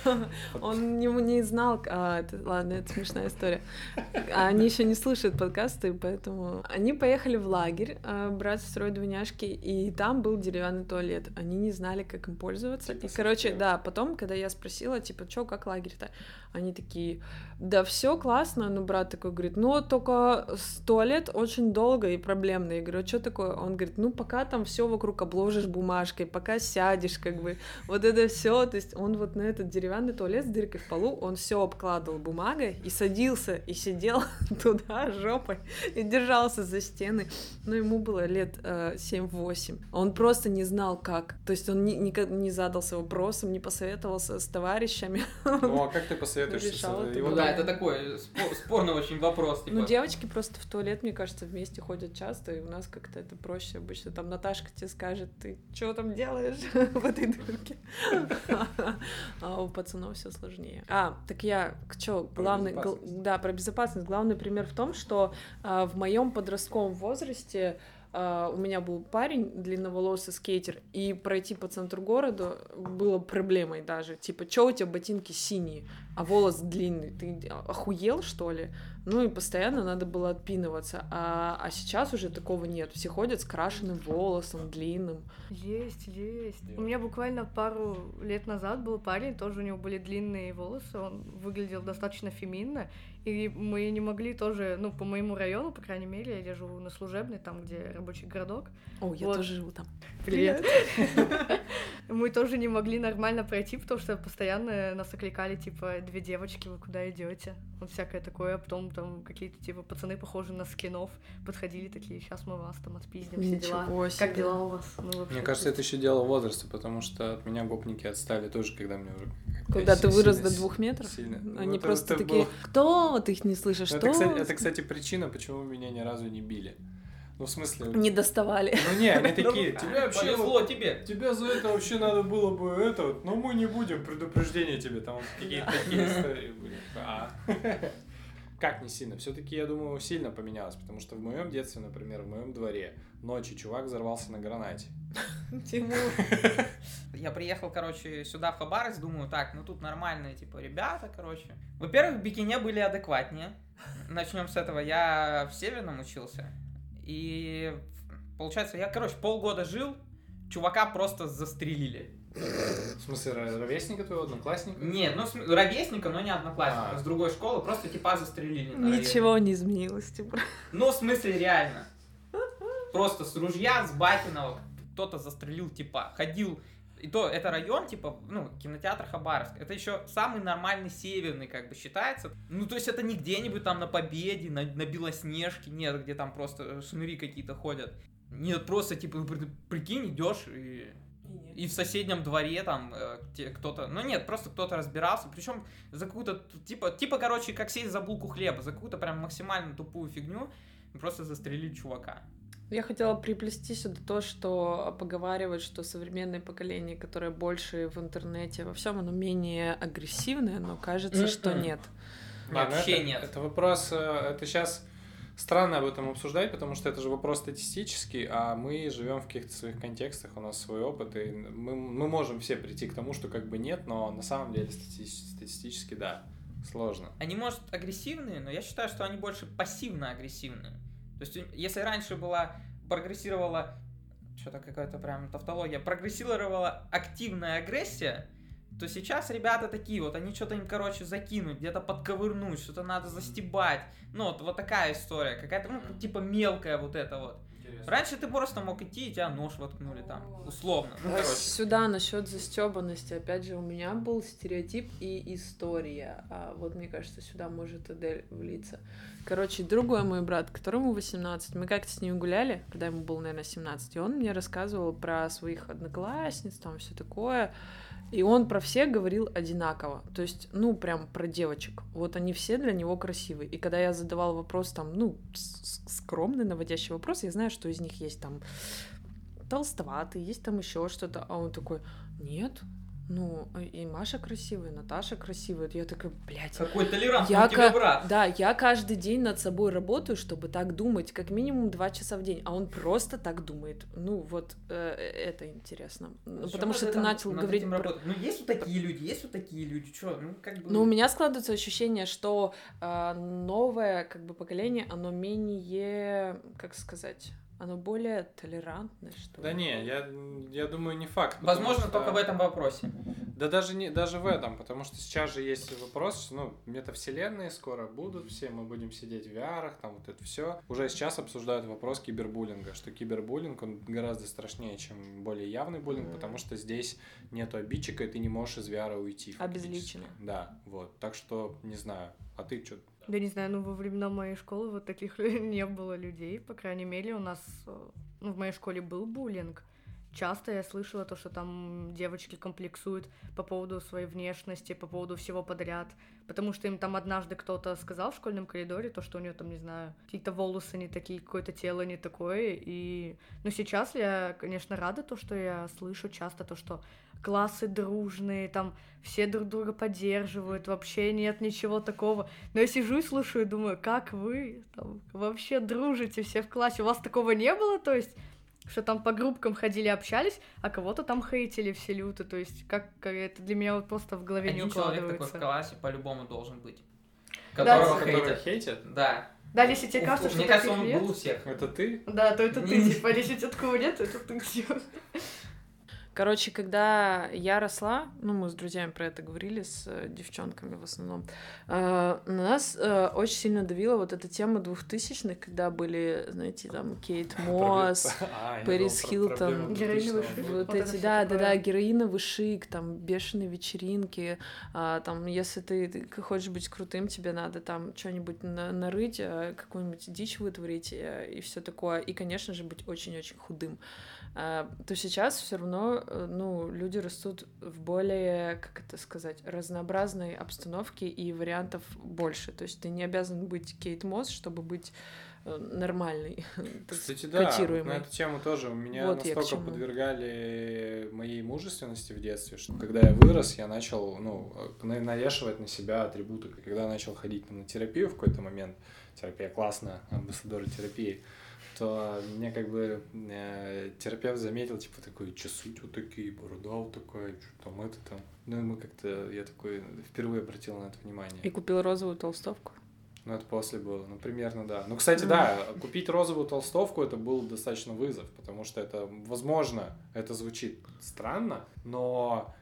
он не, не знал, а, это, ладно, это смешная история. А они еще не слушают подкасты, поэтому они поехали в лагерь, а, брат с сестрой двойняшки, и там был деревянный туалет. Они не знали, как им пользоваться. Типа И, короче, совсем. да, потом, когда я спросила, типа, чё, как лагерь-то, они такие, да все классно, но брат такой говорит, ну вот только с- туалет очень долго и проблемно. Я говорю, а что такое? Он говорит, ну пока там все вокруг обложишь бумажкой, пока сядешь, как бы, вот это все. То есть он вот на этот деревянный туалет с дыркой в полу, он все обкладывал бумагой и садился, и сидел туда жопой, и держался за стены. Ну, ему было лет э, семь-восемь. Он просто не знал, как. То есть он ни- никак не задался вопросом, не посоветовался с товарищами. Ну, а как ты посоветуешься? Решал с- это. его Ну там- да, это такой спор- спорный очень очень вопрос. Типа. Ну, девочки просто в туалет, мне кажется, вместе ходят часто, и у нас как-то это проще обычно. Там Наташка тебе скажет, ты что там делаешь в этой дырке? А у пацанов все сложнее. А, так я, что, главный... Да, про безопасность. Главный пример в том, что в моем подростковом возрасте Uh, у меня был парень, длинноволосый скейтер, и пройти по центру города было проблемой даже. Типа, чё у тебя ботинки синие, а волос длинный? Ты охуел, что ли? Ну и постоянно надо было отпинываться. А, а сейчас уже такого нет. Все ходят с крашенным волосом, длинным. Есть, есть. У меня буквально пару лет назад был парень, тоже у него были длинные волосы, он выглядел достаточно феминно, и мы не могли тоже, ну, по моему району, по крайней мере, я живу на Служебной, там, где рабочий городок. О, я вот. тоже живу там. Привет. Мы тоже не могли нормально пройти, потому что постоянно нас окликали, типа, две девочки, вы куда идете? Вот всякое такое, а потом там какие-то, типа, пацаны, похожие на скинов, подходили такие, сейчас мы вас там отпиздим, все дела. Ничего себе. Как дела у вас? Ну, вообще, Мне кажется, это еще дело возраста, потому что от меня гопники отстали тоже, когда мне уже... Когда ты вырос сильно- до двух метров, сильно. они Ну, это- просто это такие, было- кто? Ты их не слышишь, Ну, что? Это, кстати, это, кстати, причина, почему меня ни разу не били. Ну, в смысле... Не доставали. Ну, не, они такие, тебя вообще... Повезло тебе. Тебя за это вообще надо было бы это, вот, но мы не будем, предупреждение тебе, там вот какие-то такие истории были. А. Как не сильно? Все-таки, я думаю, сильно поменялось, потому что в моем детстве, например, в моем дворе ночью чувак взорвался на гранате. Тимур. Я приехал, короче, сюда, в Хабаровск, думаю, так, ну тут нормальные, типа, ребята, короче. Во-первых, в Бикине были адекватнее. Начнем с этого. Я в Северном учился. И, получается, я, короче, полгода жил, чувака просто застрелили. В смысле, ровесника твоего, одноклассника? Нет, ну, см- ровесника, но не одноклассника, А. с другой школы, просто типа застрелили. на Ничего не изменилось, Тимур. районе. Ну, в смысле, реально. Просто с ружья, с батиного кто-то застрелил типа. Ходил, и то, это район, типа, ну, кинотеатр Хабаровск. Это еще самый нормальный северный, как бы, считается. Ну, то есть это не где-нибудь там на Победе, на, на Белоснежке, нет, где там просто шнури какие-то ходят. Нет, просто, типа, при- прикинь, идешь и... И в соседнем дворе там э, те- кто-то... Ну нет, просто кто-то разбирался. Причем за какую-то... Типа, типа, короче, как сесть за булку хлеба. За какую-то прям максимально тупую фигню. Просто застрелили чувака. Я хотела приплести сюда то, что поговаривают, что современное поколение, которое больше в интернете, во всем оно менее агрессивное, но кажется, что Мгм. нет. Не, ну Вообще это, нет. Это вопрос, э, это сейчас странно об этом обсуждать, потому что это же вопрос статистический, а мы живем в каких-то своих контекстах, у нас свой опыт, и мы, мы можем все прийти к тому, что как бы нет, но на самом деле стати- статистически да, сложно. Они, может, агрессивные, но я считаю, что они больше пассивно-агрессивные. То есть, если раньше была, прогрессировала, что-то какая-то прям тавтология, прогрессировала активная агрессия, то сейчас ребята такие вот, они что-то им, короче, закинуть, где-то подковырнуть, что-то надо застебать. Ну, вот, вот такая история, какая-то, ну, типа мелкая вот эта вот. Раньше ты просто мог идти, и тебя нож воткнули там, условно. Ну, А короче. Сюда насчет застебанности, опять же, у меня был стереотип и история. А вот мне кажется, сюда может Адель влиться. Короче, другой мой брат, которому восемнадцать, мы как-то с ним гуляли, когда ему было, наверное, семнадцать, и он мне рассказывал про своих одноклассниц, там все такое. И он про всех говорил одинаково. То есть, ну, прям про девочек. Вот они все для него красивые. И когда я задавала вопрос, там, ну, с- с- скромный, наводящий вопрос, я знаю, что из них есть там толстоватые, есть там еще что-то. А он такой, нет, ну, и Маша красивая, и Наташа красивая. Я такая, блядь. Какой толерантный Я у тебя ка- брат. Да, я каждый день над собой работаю, чтобы так думать, как минимум два часа в день, а он просто так думает. Ну, вот э, это интересно. Ну, Зачем потому что надо ты там начал над говорить этим про... работать? Ну, есть вот такие люди, есть вот такие люди, что, ну, как бы... Но у меня складывается ощущение, что э, новое как бы поколение, оно менее, как сказать, оно более толерантное, что Да ли. не, я, я думаю, не факт. потому Возможно, что- только в этом вопросе. Да даже не даже в этом, потому что сейчас же есть вопрос, что, ну, метавселенные скоро будут все, мы будем сидеть в ви ар, там вот это все. Уже сейчас обсуждают вопрос кибербуллинга, что кибербуллинг, он гораздо страшнее, чем более явный буллинг, Мгм. потому что здесь нету обидчика, и ты не можешь из ви ар уйти. фактически. Обезличенно. Да, вот. Так что, не знаю, а ты что? Да не знаю, ну во времена моей школы вот таких не было людей, по крайней мере, у нас, э, ну, в моей школе был буллинг, часто я слышала то, что там девочки комплексуют по поводу своей внешности, по поводу всего подряд, потому что им там однажды кто-то сказал в школьном коридоре то, что у нее там, не знаю, какие-то волосы не такие, какое-то тело не такое, и... Ну, сейчас я, конечно, рада то, что я слышу часто то, что классы дружные, там все друг друга поддерживают, вообще нет ничего такого. Но я сижу и слушаю и думаю, как вы там вообще дружите все в классе? У вас такого не было? То есть, что там по группкам ходили, общались, а кого-то там хейтили все люто. То есть, как это для меня вот просто в голове Один не укладывается. человек такой в классе по-любому должен быть. Да, Которого Который хейтят. хейтят? Да. Да, если тебе кажется, что Мне кажется, таких он нет, был у всех. Это ты? да, то это ты, Не- типа, а если тебя такого нет, то это ты всё. Короче, когда я росла, ну, мы с друзьями про это говорили, с э, девчонками в основном, э, на нас э, очень сильно давила вот эта тема двухтысячных, когда были, знаете, там, Кейт Мосс, А, я Пэрис думал, про Хилтон. проблему Героиновый двухтысячного шик. года. вот Вот это эти, всё да, да, такое. да, героиновый шик, там, бешеные вечеринки, а, там, если ты, ты хочешь быть крутым, тебе надо там что-нибудь на- нарыть, а, какую-нибудь дичь вытворить э, и все такое, и, конечно же, быть очень-очень худым. А, то сейчас все равно, э, ну, люди растут в более, как это сказать, разнообразной обстановке и вариантов больше. То есть ты не обязан быть Кейт Мосс, чтобы быть э, нормальной, так Кстати, да, вот котируемой. на эту тему тоже меня Вот я к настолько чему. подвергали моей мужественности в детстве, что когда я вырос, я начал, ну, на- навешивать на себя атрибуты. Когда я начал ходить на терапию в какой-то момент, терапия классная, амбассадоры терапии, то мне как бы э, терапевт заметил, типа, такой, часы вот такие, борода вот такая, что там это там. Ну, и мы как-то, я такой впервые обратил на это внимание. И купил розовую толстовку. Ну, это после было, ну, примерно, да. Ну, кстати, да, купить розовую толстовку, это был достаточно вызов, потому что это, возможно, это звучит странно, но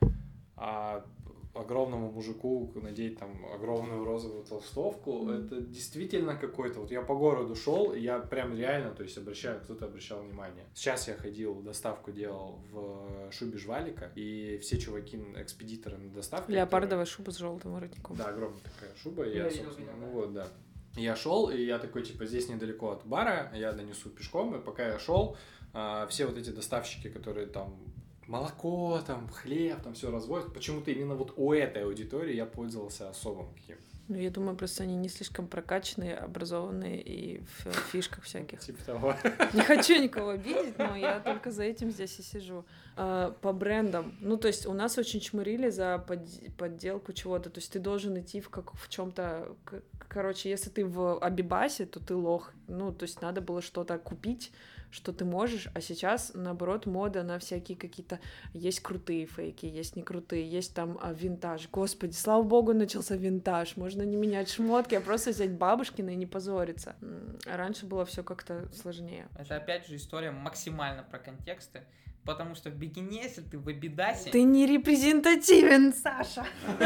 а, огромному мужику надеть там огромную розовую толстовку, Mm. это действительно какой-то... Вот я по городу шел, и я прям реально, то есть, обращаю, кто-то обращал внимание. Сейчас я ходил, доставку делал в шубе жвалика, и все чуваки, экспедиторы на доставке... Леопардовая шуба с желтым воротником. Да, огромная такая шуба, и Я я, видел, собственно, видел, ну вот, да. Я шел, и я такой, типа, здесь недалеко от бара, я донесу пешком, и пока я шел, а, все вот эти доставщики, которые там молоко, там, хлеб, там все развозят, почему-то именно вот у этой аудитории я пользовался особым каким. Ну, я думаю, просто они не слишком прокачанные, образованные и в фишках всяких. Типа того. Не хочу никого обидеть, но я только за этим здесь и сижу. А, по брендам. Ну, то есть у нас очень чмырили за под- подделку чего-то. То есть ты должен идти в, как, в чем-то... Короче, если ты в Абибасе, то ты лох. Ну, то есть надо было что-то купить, что ты можешь, а сейчас, наоборот, мода на всякие какие-то... Есть крутые фейки, есть не крутые, есть там а, винтаж. Господи, слава богу, начался винтаж. Можно не менять шмотки, а просто взять бабушкины и не позориться. М, а раньше было все как-то сложнее. Это опять же история максимально про контексты, потому что в бикини, если ты в Абидасе, Ты не репрезентативен, Саша.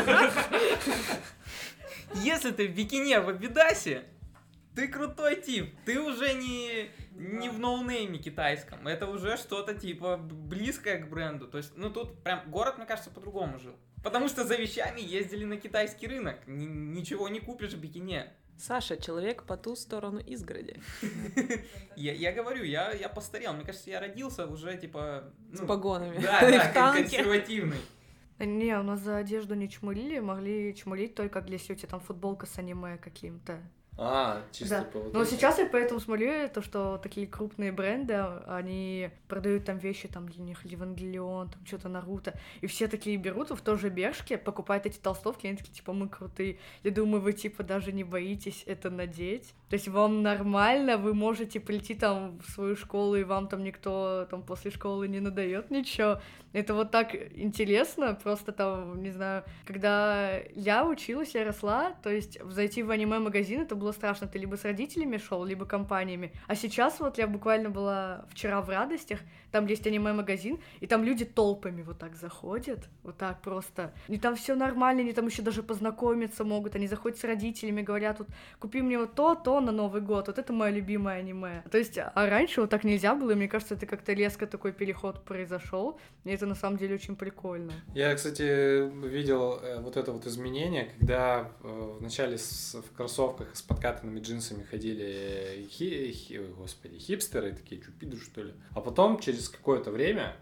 если ты в бикини в Абидасе, ты крутой тип, ты уже не, не в ноунейме китайском, это уже что-то типа близкое к бренду, то есть, ну тут прям город, мне кажется, по-другому жил, потому что за вещами ездили на китайский рынок, Н- ничего не купишь в бикини. Саша, человек по ту сторону изгороди. Я, я говорю, я, я постарел, мне кажется, я родился уже типа... С ну, погонами. Да, И да, в кон- танке. консервативный. Не, у нас за одежду не чмурили, могли чмурить только если у тебя там футболка с аниме каким-то. А, чисто Да. по вот Но этому. сейчас я поэтому смотрю, то, что такие крупные бренды, они продают там вещи, там для них Евангелион, там что-то Наруто, и все такие берут в той же Бершке, покупают эти толстовки, и они такие, типа, мы крутые. Я думаю, вы, типа, даже не боитесь это надеть. То есть вам нормально, вы можете прийти там в свою школу, и вам там никто там после школы не надает ничего. Это вот так интересно, просто там, не знаю, когда я училась, я росла, то есть зайти в аниме-магазин, это было страшно, ты либо с родителями шел, либо компаниями. А сейчас вот я буквально была вчера в Радостях, там есть аниме-магазин, и там люди толпами вот так заходят, вот так просто. И там все нормально, они там еще даже познакомиться могут, они заходят с родителями, говорят, вот, купи мне вот то, то на Новый год, вот это мое любимое аниме. То есть, а раньше вот так нельзя было, и мне кажется, это как-то резко такой переход произошел, и это на самом деле очень прикольно. Я, кстати, видел э, вот это вот изменение, когда э, вначале с, в кроссовках с подкатанными джинсами ходили хи, хи- ой, господи, хипстеры, такие чупиды, что ли. А потом, через какое-то время,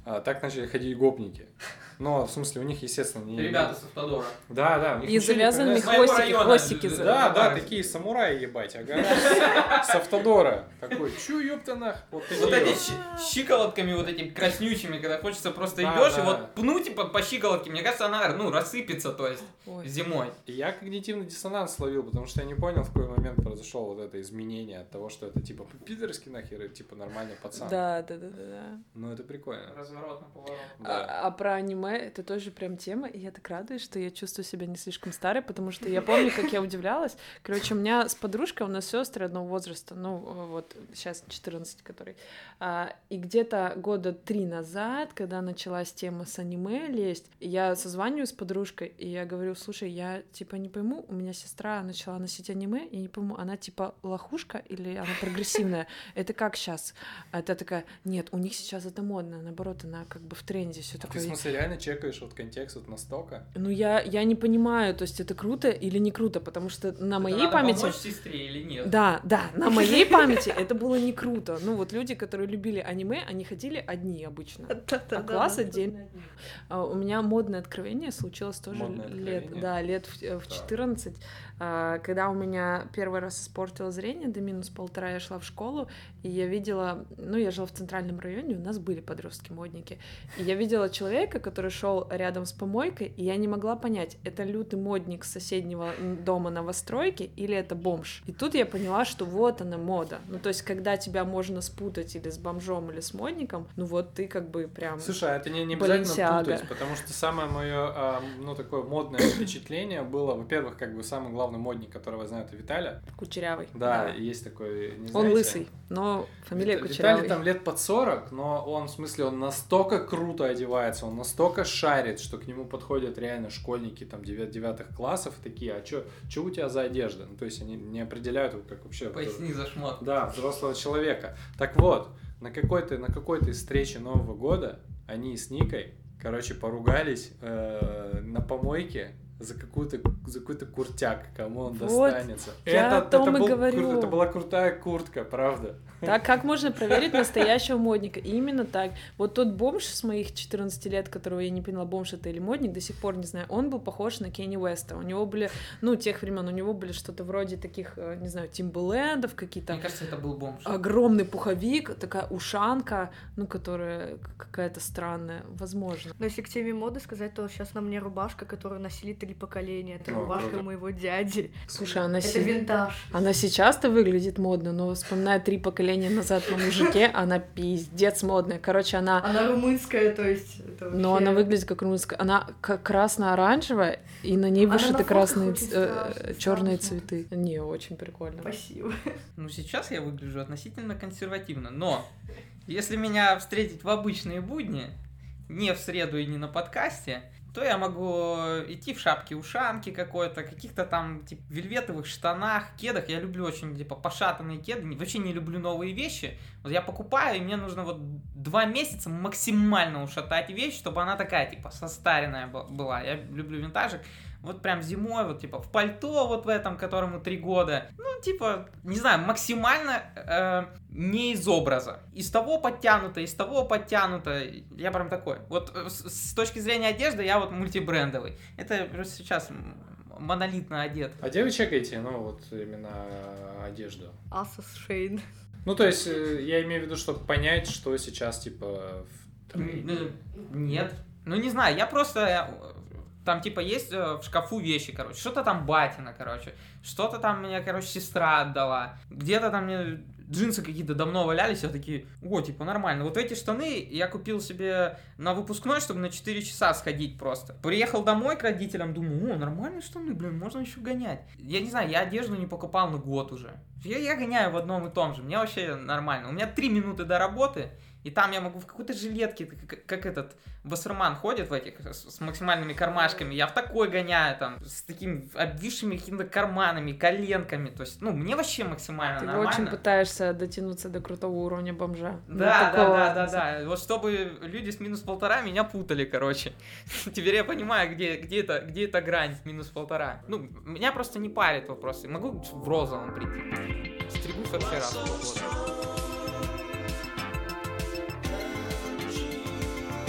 А, так начали ходить гопники. Но, в смысле, у них, естественно, не... Ребята с автодора. Да, да. У них И ничего не завязанными появляется. моего хвостики, района. хвостики. Да, за- Да, да, Да. такие самураи, ебать, ага. С автодора. Такой, чу, ёпта нах. Вот Вот такие эти вот. щи- щиколотками вот этими краснючими, когда хочется просто Да, идешь и да. вот пнуть по, по щиколотке, мне кажется, она, ну, рассыпется, то есть, Ой. зимой. И я когнитивный диссонанс словил, потому что я не понял, в какой момент произошло вот это изменение от того, что это типа пидорский нахер, и типа нормальный пацан. Да, да, да, да, да. Ну, это прикольно. Разворот на поворот. Да. А, а про аниме это тоже прям тема, и я так радуюсь, что я чувствую себя не слишком старой, потому что я помню, как я удивлялась. Короче, у меня с подружкой, у нас сестры одного возраста, ну вот сейчас четырнадцать, который. А, и где-то года три назад, когда началась тема с аниме лезть, я созваниваюсь с подружкой, и я говорю, слушай, я типа не пойму, у меня сестра начала носить аниме, я не пойму, она типа лохушка или она прогрессивная? Это как сейчас? А та такая, нет, у них сейчас это модно, наоборот, она как бы в тренде, все А ты, в такое. смысле, реально чекаешь вот контекст вот настолько? Ну, я, я не понимаю, то есть это круто или не круто, потому что на Это моей надо памяти... помочь сестре или нет? Да, да, на моей памяти это было не круто. Ну, вот люди, которые любили аниме, они ходили одни обычно. А класс отдельно от них. А у меня модное откровение случилось тоже Модное лет, откровение? да, лет в, в Так. четырнадцать, а, когда у меня первый раз испортило зрение до минус полтора, я шла в школу, и я видела, ну, я жила в центральном районе, у нас были подростки-модники, и я видела человека, который шел рядом с помойкой, и я не могла понять, это лютый модник с соседнего дома новостройки или это бомж. И тут я поняла, что вот она мода. Ну, то есть, когда тебя можно спутать или с бомжом, или с модником, ну вот ты как бы прям... Слушай, а это не, не обязательно Balenciaga. путать, потому что самое мое, ну, такое модное впечатление было, во-первых, как бы самый главный модник, которого я знаю, это Виталя. Кучерявый. Да, есть такой, не Он знаете? лысый, но фамилия Вит- Кучерявый. Виталий там лет под сорок, но он, в смысле, он настолько круто одевается, он настолько шарит, что к нему подходят реально школьники там девят- девятых классов и такие, а чё, чё у тебя за одежда? Ну, то есть они не определяют его как вообще... Поясни за шмот. Да, взрослого человека. Так вот, на какой-то, на какой-то из встречи Нового года они с Никой, короче, поругались э, на помойке за какую-то за какой-то куртяк, кому он Вот, достанется. я о том и был говорю. кру- это была крутая куртка, правда. Так как можно проверить настоящего модника? И именно так. Вот тот бомж с моих четырнадцати лет, которого я не поняла, бомж это или модник, до сих пор не знаю, он был похож на Кенни Уэста. У него были, ну, тех времен, у него были что-то вроде таких, э, не знаю, Тимберлендов, какие-то Мне кажется, это был бомж. огромный пуховик, такая ушанка, ну, которая какая-то странная, возможно. Но если к теме моды сказать, то сейчас на мне рубашка, которую носили три поколения. Это О, рубашка круто. моего дяди. Слушай, она, Это се- винтаж. она сейчас-то выглядит модно, но вспоминая три поколения назад на мужике, она пиздец модная. Короче, она... Она румынская, то есть... Это Но вообще- она выглядит как румынская. Она как красно-оранжевая, и на ней Она на вышиты фотках красные, очень страшно, черные страшно. цветы. Не, очень прикольно. Спасибо. Ну, сейчас я выгляжу относительно консервативно, но если меня встретить в обычные будни, не в среду и не на подкасте, то я могу идти в шапке-ушанке какой-то, каких-то там, типа, вельветовых штанах, кедах. Я люблю очень, типа, пошатанные кеды. Вообще не люблю новые вещи. Вот я покупаю, и мне нужно вот два месяца максимально ушатать вещь, чтобы она такая, типа, состаренная б- была. Я люблю винтажик. Вот прям зимой, вот, типа, в пальто вот в этом, которому три года. Ну, типа, не знаю, максимально э, не из образа. Из того подтянуто, из того подтянуто. Я прям такой. Вот э, с, с точки зрения одежды я вот мультибрендовый. Это просто сейчас м- монолитно одет. А где вы чекаете, ну, вот именно одежду? Asos Шейн. Ну, то есть, э, я имею в виду, чтобы понять, что сейчас, типа, в тренде. Н- Нет. Ну, не знаю, я просто... э, Там, типа, есть э, в шкафу вещи, короче. Что-то там батина, короче. Что-то там мне, короче, сестра отдала. Где-то там мне джинсы какие-то давно валялись. Я такие, о, типа, нормально. Вот эти штаны я купил себе на выпускной, чтобы на четыре часа сходить просто. Приехал домой к родителям, думаю, о, нормальные штаны, блин, можно еще гонять. Я не знаю, я одежду не покупал на год уже. Я, я гоняю в одном и том же. Мне вообще нормально. У меня три минуты до работы. И там я могу в какой-то жилетке, как, как этот Вассерман ходит в этих, с, с максимальными кармашками, я в такой гоняю, там, с такими обвисшими какими-то карманами, коленками, то есть, ну, мне вообще максимально Ты нормально. очень пытаешься дотянуться до крутого уровня бомжа. Ну, Да, да, такого. да, да, да. Вот чтобы люди с минус полтора меня путали, короче. Теперь я понимаю, где, где, это, где эта грань минус полтора. Ну, меня просто не парит вопрос. Могу в розовом прийти. Стригу вообще раз в полгода.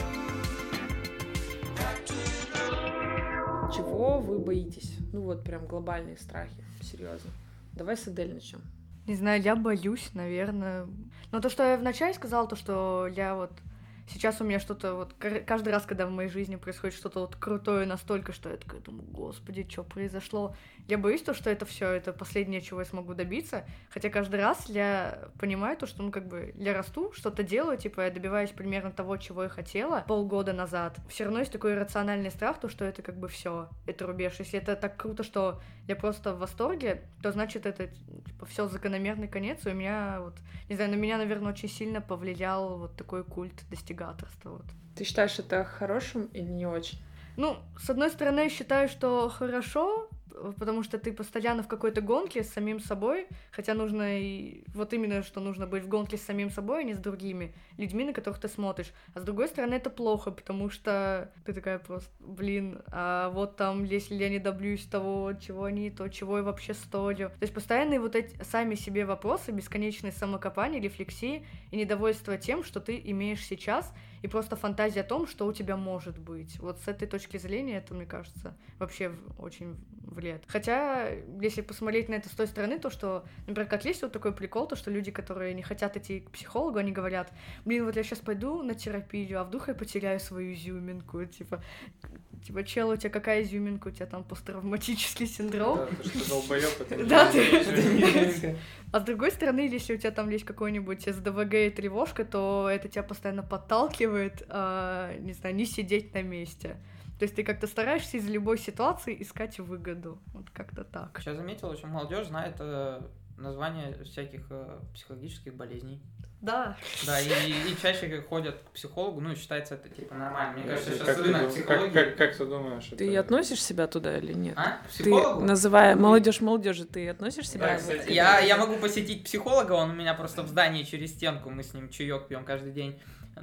чего вы боитесь? Ну вот прям глобальные страхи, серьезно. Давай с Адель начнем. Не знаю, я боюсь, наверное. Но то, что я вначале сказала, то, что я вот... Сейчас у меня что-то вот... Каждый раз, когда в моей жизни происходит что-то вот крутое настолько, что я такая думаю, господи, что произошло? Я боюсь то, что это все, это последнее, чего я смогу добиться. Хотя каждый раз я понимаю то, что, ну, как бы, я расту, что-то делаю, типа, я добиваюсь примерно того, чего я хотела полгода назад. Все равно есть такой иррациональный страх, то, что это как бы все, это рубеж. Если это так круто, что я просто в восторге, то значит, это, типа, все закономерный конец, и у меня вот... Не знаю, на меня, наверное, очень сильно повлиял вот такой культ достигаторства, вот. Ты считаешь это хорошим или не очень? Ну, с одной стороны, я считаю, что хорошо, потому что ты постоянно в какой-то гонке с самим собой, хотя нужно и... Вот именно, что нужно быть в гонке с самим собой, а не с другими людьми, на которых ты смотришь. А с другой стороны, это плохо, потому что ты такая просто, блин, а вот там, если я не добьюсь того, чего они, то чего я вообще стою. То есть постоянные вот эти сами себе вопросы, бесконечные самокопания, рефлексии и недовольство тем, что ты имеешь сейчас, и просто фантазия о том, что у тебя может быть. Вот с этой точки зрения это, мне кажется, вообще очень влияет. Хотя, если посмотреть на это с той стороны, то что, например, как есть вот такой прикол, то что люди, которые не хотят идти к психологу, они говорят, блин, вот я сейчас пойду на терапию, а вдруг я потеряю свою изюминку, типа, типа, чел, у тебя какая изюминка, у тебя там посттравматический синдром. Да, ты что, долбоёб, это не Да, изюминка. ты... А с другой стороны, если у тебя там есть какой-нибудь эс дэ вэ гэ и тревожка, то это тебя постоянно подталкивает, а, не знаю, не сидеть на месте. То есть ты как-то стараешься из любой ситуации искать выгоду. Вот как-то так. Сейчас заметил, очень молодежь знает э, название всяких э, психологических болезней. Да. Да, и, и чаще ходят к психологу, ну и считается это типа нормально. Мне кажется, сейчас Как ты рынок дум- психологии... как- как- Как ты думаешь? Ты это- относишь себя туда или нет? А? К Ты, психологу? называя молодежь молодежи, ты относишь себя? Да, к- кстати. Я, я могу посетить психолога, он у меня просто в здании через стенку, мы с ним чаек пьем каждый день.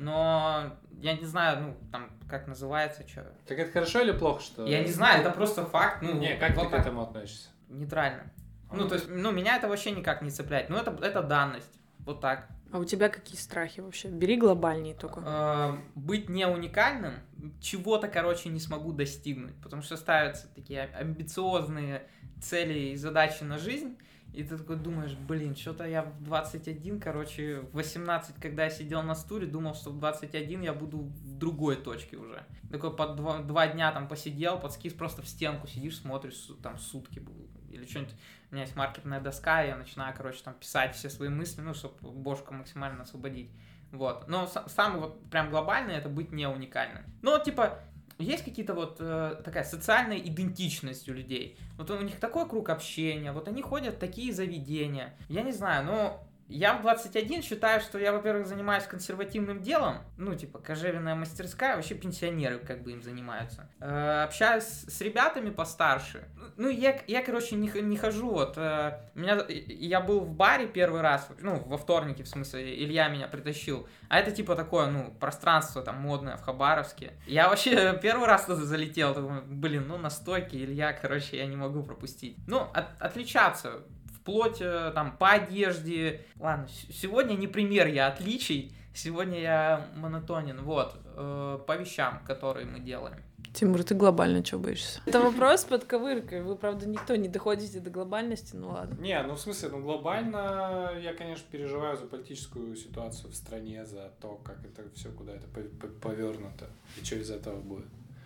Но я не знаю, ну, там, как называется, что. Так это хорошо или плохо, что... Я не знаю, это просто факт. Ну, Не, как вот ты к так. этому относишься? Нейтрально. Ну, то есть, ну, меня это вообще никак не цепляет. Ну, это, это данность. Вот так. А у тебя какие страхи вообще? Бери глобальнее только. Э, быть не уникальным, чего-то, короче, не смогу достигнуть. Потому что ставятся такие амбициозные цели и задачи на жизнь. И ты такой думаешь, блин, что-то я в двадцать один, короче, в восемнадцать, когда я сидел на стуле, думал, что в двадцать один я буду в другой точке уже. Такой по два, два дня там посидел, под скиз просто в стенку сидишь, смотришь, там сутки или что-нибудь. У меня есть маркерная доска, и я начинаю, короче, там писать все свои мысли, ну, чтобы бошку максимально освободить. Вот. Но с- самый вот прям глобальный — это быть не уникальным. Ну, вот, типа, есть какие-то вот э, такая социальная идентичность у людей. Вот у них такой круг общения, вот они ходят в такие заведения. Я не знаю, но я в двадцать один считаю, что я, во-первых, занимаюсь консервативным делом, ну, типа, кожевенная мастерская, вообще пенсионеры как бы им занимаются. Э, общаюсь с ребятами постарше. Ну, я, я короче, не, не хожу, вот, э, меня, я был в баре первый раз, ну, во вторнике, в смысле, Илья меня притащил, а это, типа, такое, ну, пространство там модное в Хабаровске. Я вообще первый раз туда залетел, думаю, блин, ну, настойки, Илья, короче, я не могу пропустить. Ну, от, отличаться, вплоть там по одежде. Ладно, с- сегодня не пример я отличий, сегодня я монотонен, вот, э, по вещам, которые мы делаем. Тимур, ты глобально чего боишься? Это вопрос под ковыркой. Вы, правда, никто не доходите до глобальности, ну ладно. Не, ну в смысле, ну глобально я, конечно, переживаю за политическую ситуацию в стране, за то, как это все, куда это по- по- повернуто, и что из этого будет.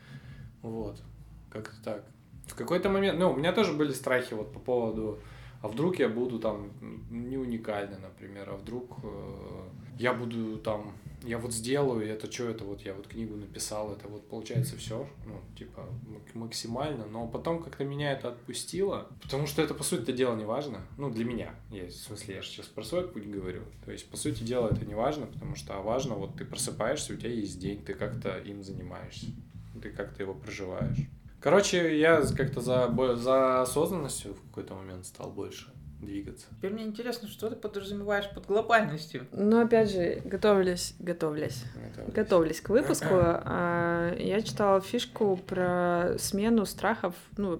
Вот, как-то так. В какой-то момент, ну, у меня тоже были страхи вот по поводу, а вдруг я буду там не уникальный, например, а вдруг э, я буду там, я вот сделаю, и это что, это вот я вот книгу написал, это вот получается все, ну, типа, мак- максимально, но потом как-то меня это отпустило, потому что это, по сути дела, не важно, ну, для меня, я, в смысле, я же сейчас про свой путь говорю, то есть, по сути дела, это не важно, потому что, а важно, вот ты просыпаешься, у тебя есть день, ты как-то им занимаешься, ты как-то его проживаешь. Короче, я как-то за, бо- за осознанностью в какой-то момент стал больше двигаться. Теперь мне интересно, что ты подразумеваешь под глобальностью? Но опять же, готовились, готовились, Это- готовились к выпуску. а, Я читала фишку про смену страхов, ну вообще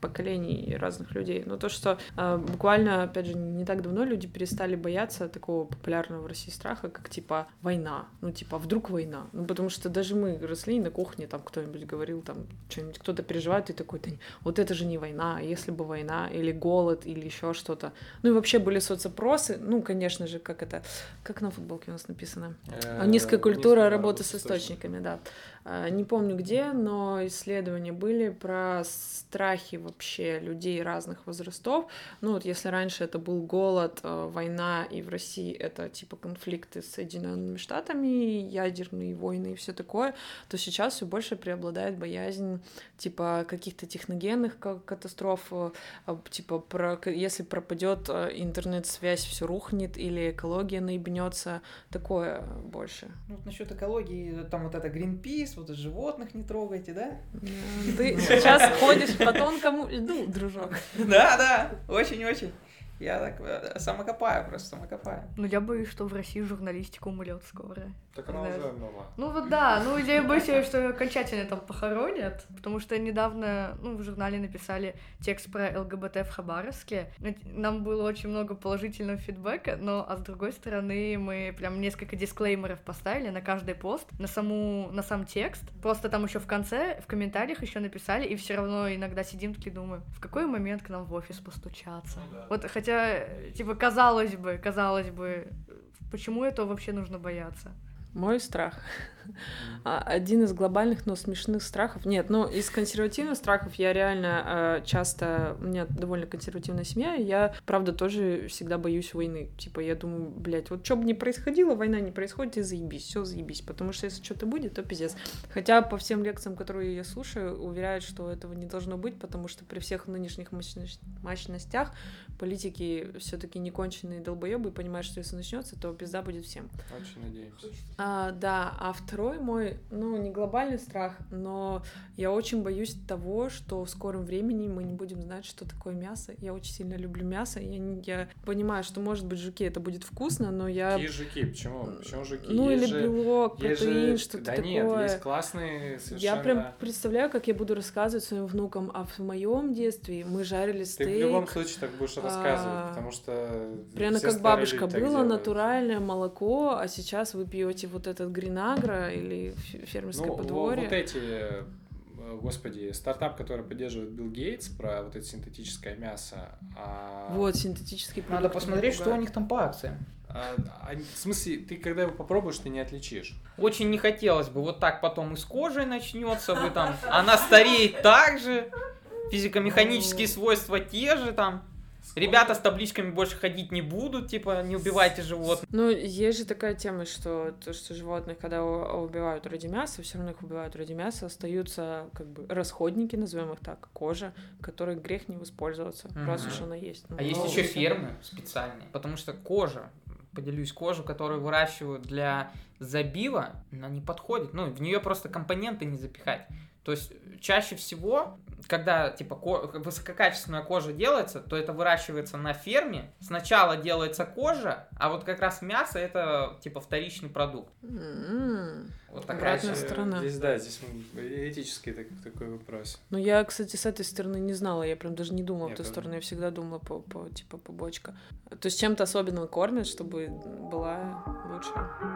поколений разных людей. Но то, что э, буквально, опять же, не так давно люди перестали бояться такого популярного в России страха, как, типа, война. Ну, типа, вдруг война? Ну, потому что даже мы росли на кухне, там кто-нибудь говорил, там, что-нибудь, кто-то переживает, и такой, да, вот это же не война, если бы война, или голод, или еще что-то. Ну, и вообще были соцопросы, ну, конечно же, как это, как на футболке у нас написано? Низкая культура работы с источниками, да. Не помню где, но исследования были про страхи вообще людей разных возрастов. Ну вот если раньше это был голод, война, и в России это типа конфликты с Соединенными Штатами, ядерные войны и все такое, то сейчас все больше преобладает боязнь типа каких-то техногенных катастроф, типа про, если пропадет интернет-связь, все рухнет, или экология наебнется, такое больше. Ну, вот насчет экологии, там вот это Greenpeace, вот животных не трогайте, да? Ты сейчас ходишь по тонкому льду, дружок. Да, да, очень-очень. Я так самокопаю, просто самокопаю. Ну, я боюсь, что в России журналистика умрет скоро. Так она уже умерла. Ну вот да, ну я боюсь, что ее окончательно там похоронят, потому что недавно, ну, в журнале написали текст про ЛГБТ в Хабаровске. Нам было очень много положительного фидбэка, но, а с другой стороны, мы прям несколько дисклеймеров поставили на каждый пост, на саму, на сам текст. Просто там еще в конце, в комментариях еще написали, и все равно иногда сидим такие, думаю, в какой момент к нам в офис постучаться? Ну, да. Вот, хотя, типа, казалось бы, казалось бы, почему этого вообще нужно бояться? Мой страх. Один из глобальных, но смешных страхов. Нет, ну, из консервативных страхов я реально э, часто... У меня довольно консервативная семья, и я, правда, тоже всегда боюсь войны. Типа, я думаю, блядь, вот что бы ни происходило, война не происходит, и заебись, все заебись. Потому что если что-то будет, то пиздец. Хотя по всем лекциям, которые я слушаю, уверяют, что этого не должно быть, потому что при всех нынешних мощностях политики все-таки не конченые долбоебы и понимают, что если начнется, то пизда будет всем. Очень надеемся. А, да, а второй мой, ну, не глобальный страх, но я очень боюсь того, что в скором времени мы не будем знать, что такое мясо. Я очень сильно люблю мясо. Я, не, я понимаю, что, может быть, жуки это будет вкусно, но я... Какие жуки? Почему? Почему жуки? Ну, есть или же, белок, протеин, же... что-то да такое. Да нет, есть классные совершенно... Я прям представляю, как я буду рассказывать своим внукам, а в моем детстве мы жарили стейк. Ты в любом случае так будешь рассказывать, а... потому что... Прямо как бабушка, было натуральное молоко, а сейчас вы пьете вот этот гринагро или фермерское ну, подворье. Вот эти, господи, стартап, который поддерживает Билл Гейтс про вот это синтетическое мясо. А... Вот, синтетический продукт. Надо посмотреть, что у них там по акциям. А, а, в смысле, ты когда его попробуешь, ты не отличишь. Очень не хотелось бы, вот так потом и с кожей начнется, вы там, она стареет так же, физико-механические свойства те же там. Ребята с табличками больше ходить не будут, типа, не убивайте животных. Ну, есть же такая тема, что то, что животных, когда убивают ради мяса, все равно их убивают ради мяса, остаются как бы расходники, назовем их так, кожа, которой грех не воспользоваться, mm-hmm. раз уж она есть. Ну, а есть еще фермы специальные, потому что кожа, поделюсь, кожу, которую выращивают для забива, она не подходит, ну, в нее просто компоненты не запихать. То есть чаще всего, когда типа ко- высококачественная кожа делается, то это выращивается на ферме. Сначала делается кожа, а вот как раз мясо это типа вторичный продукт. Mm-hmm. Вот такая сторона. Здесь да, здесь этический так, такой вопрос. Ну я, кстати, с этой стороны не знала, я прям даже не думала Нет, в ту это... сторону, я всегда думала по, по типа побочка. То есть чем-то особенным кормят, чтобы была лучше.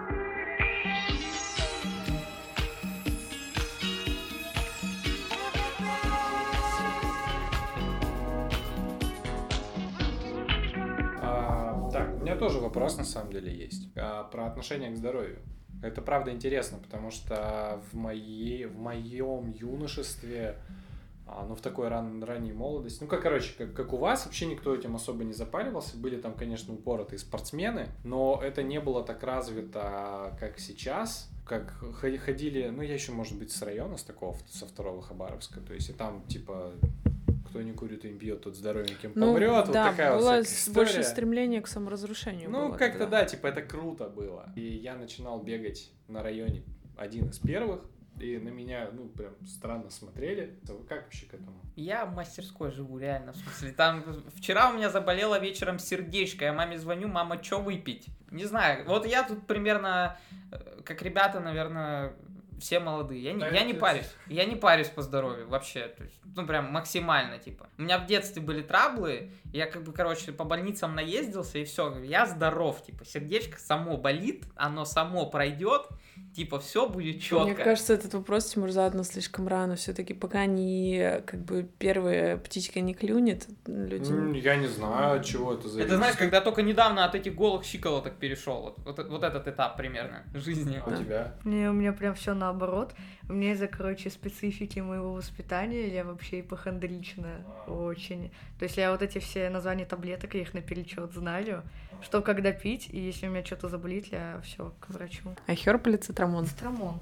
У меня тоже вопрос, на самом деле, есть. А, про отношение к здоровью. Это правда интересно, потому что в, моей, в моем юношестве, а, ну, в такой ран, ранней молодости, ну, как, короче, как, как у вас, вообще никто этим особо не запаривался. Были там, конечно, упоротые спортсмены, но это не было так развито, как сейчас. Как ходили, ну, я еще, может быть, с района, с такого, со второго Хабаровска, то есть и там, типа... Кто не курит и не пьет, тот здоровеньким ну, помрет. Да, вот такая было вот история. Больше стремление к саморазрушению. Ну, было как-то тогда. да, типа это круто было. И я начинал бегать на районе один из первых, и на меня, ну, прям странно смотрели. Вы как вообще к этому? Я в мастерской живу, реально, в смысле. Там вчера у меня заболело вечером сердечко, я маме звоню, мама, чё выпить? Не знаю, вот я тут примерно, как ребята, наверное... все молодые. Я не, Да, я не это- парюсь. Я не парюсь по здоровью вообще. То есть, ну, прям максимально, типа. У меня в детстве были траблы, я как бы, короче, по больницам наездился, и все, я здоров, типа, сердечко само болит, оно само пройдет, типа, все будет четко. Мне кажется, этот вопрос, Тимур, задан слишком рано. Все-таки пока не как бы первая птичка не клюнет, люди. М, Я не знаю, от чего это зависит. Это, знаешь, когда только недавно от этих голых щиколоток перешел. Вот, вот, вот этот этап примерно жизни. А у тебя? Не, у меня прям все наоборот. У меня из-за, короче, специфики моего воспитания я вообще ипохондричная очень. То есть я вот эти все названия таблеток, я их наперечет знаю, что когда пить, и если у меня что-то заболит, я все к врачу. Ахерп или цитрамон? Стромон.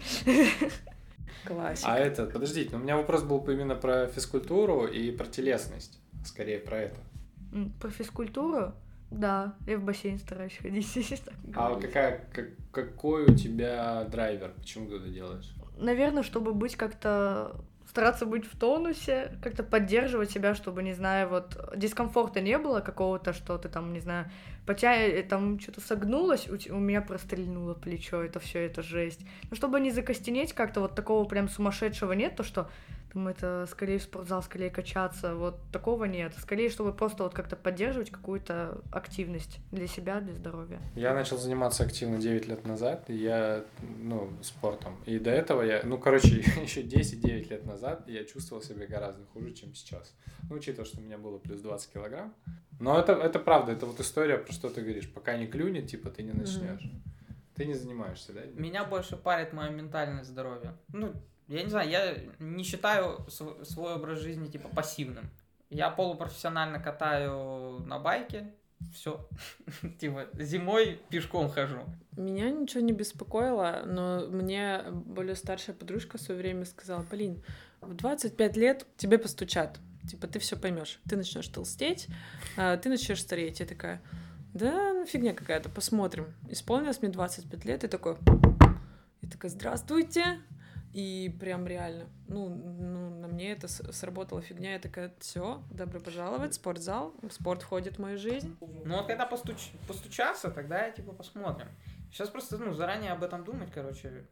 Классика. А это, подождите, у меня вопрос был именно про физкультуру и про телесность. Скорее про это. М, Про физкультуру? Да, я в бассейн стараюсь ходить, если так А говорить. какая, как- какой у тебя драйвер? Почему ты это делаешь? Наверное, чтобы быть как-то... Стараться быть в тонусе, как-то поддерживать себя, чтобы, не знаю, вот дискомфорта не было какого-то, что ты там, не знаю, потя... там что-то согнулось, у, те- у меня прострельнуло плечо, это все это жесть. Ну, чтобы не закостенеть как-то, вот такого прям сумасшедшего нет, то, что там это скорее в спортзал, скорее качаться, вот такого нет. Скорее, чтобы просто вот как-то поддерживать какую-то активность для себя, для здоровья. Я начал заниматься активно девять лет назад, и я, ну, спортом. И до этого я, ну, короче, еще десять-девять лет назад я чувствовал себя гораздо хуже, чем сейчас. Ну, учитывая, что у меня было плюс двадцать килограмм. Но это, это правда, это вот история, про что ты говоришь. Пока не клюнет, типа, ты не начнешь. Ты не занимаешься, да? Меня больше парит мое ментальное здоровье. Ну, я не знаю, я не считаю св- свой образ жизни, типа, пассивным. Я полупрофессионально катаю на байке, все. Типа, зимой пешком хожу. Меня ничего не беспокоило, но мне более старшая подружка в свое время сказала: Полин, в двадцать пять лет тебе постучат. Типа, ты все поймешь. Ты начнешь толстеть, а, ты начнешь стареть. Я такая: да, ну фигня какая-то, посмотрим. Исполнилось мне двадцать пять лет, и такой... Я такая: здравствуйте. И прям реально, ну, ну на мне это с- сработала фигня. Я такая: все, добро пожаловать, спортзал, спорт входит в мою жизнь. Ну, вот когда постуч... постучаться, тогда, типа, посмотрим. Сейчас просто, ну, заранее об этом думать, короче.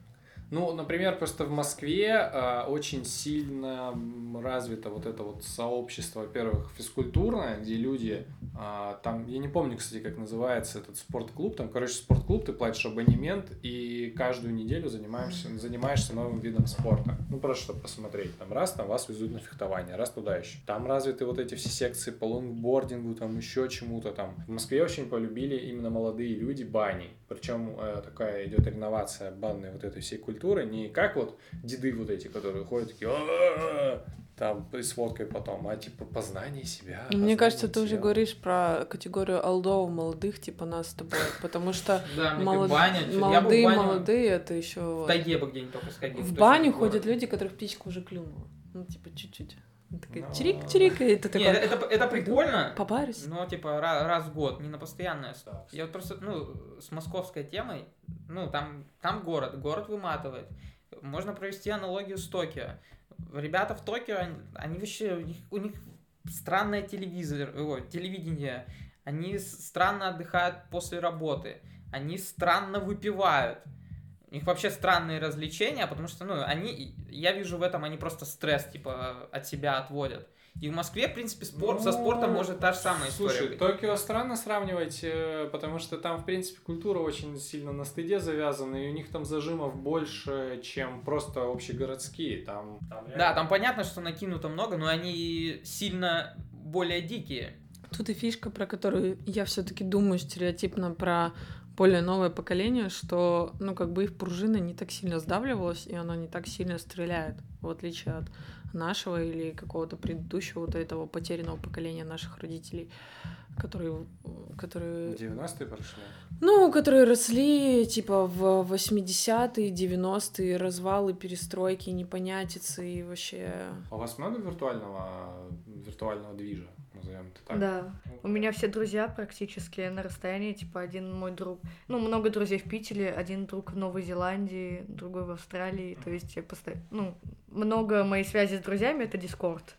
Ну, например, просто в Москве э, очень сильно м, развито вот это вот сообщество, во-первых, физкультурное, где люди, э, там, я не помню, кстати, как называется этот спортклуб, там, короче, спортклуб, ты платишь абонемент и каждую неделю занимаешься, занимаешься новым видом спорта. Ну, просто чтобы посмотреть, там, раз там вас везут на фехтование, раз туда еще. Там развиты вот эти все секции по лонгбордингу, там, еще чему-то там. В Москве очень полюбили именно молодые люди бани, причем э, такая идет реновация банной вот этой всей культуры, не как вот деды вот эти, которые ходят такие «А-а-а», там с водкой потом, а типа познание себя. Ну, мне познание кажется, ты уже тела. говоришь про категорию олдов, молодых, типа нас с тобой, потому что Да, мне молод- как баня. чё- я бы в молодые, баню молодые, это еще В тайге бы где-нибудь только сходил. в точно баню не в городе. ходят люди, которых птичка уже клюнула, ну типа чуть-чуть, Она такая Ну, чирик-чирик, и ты Не, такой: это, это прикольно, попарюсь. но типа ра- раз в год, не на постоянной основе. Я вот просто, ну, с московской темой, ну, там, там город, город выматывает. Можно провести аналогию с Токио. Ребята в Токио, они, они вообще, у них, у них странное телевизор, ой, телевидение, они с- странно отдыхают после работы, они странно выпивают. У них вообще странные развлечения, потому что, ну, они, я вижу в этом, они просто стресс, типа, от себя отводят. И в Москве, в принципе, спорт, со Ну, спортом может та же самая история Слушай, быть. Токио странно сравнивать, э, потому что там, в принципе, культура очень сильно на стыде завязана, и у них там зажимов больше, чем просто общегородские. Там, там Да, реально- там понятно, что накинуто много, но они сильно более дикие. Тут и фишка, про которую я все-таки думаю стереотипно про более новое поколение, что, ну, как бы их пружина не так сильно сдавливалась, и она не так сильно стреляет, в отличие от нашего или какого-то предыдущего вот этого потерянного поколения наших родителей, которые, которые, девяностые прошли. ну, которые росли, типа, в восьмидесятые, девяностые, развалы, перестройки, непонятицы и вообще... А у вас много виртуального, виртуального движа, назовем это так? Да. У меня все друзья практически на расстоянии, типа один мой друг, ну, много друзей в Питере, один друг в Новой Зеландии, другой в Австралии, то есть я постоянно, ну, много моей связи с друзьями — это Дискорд.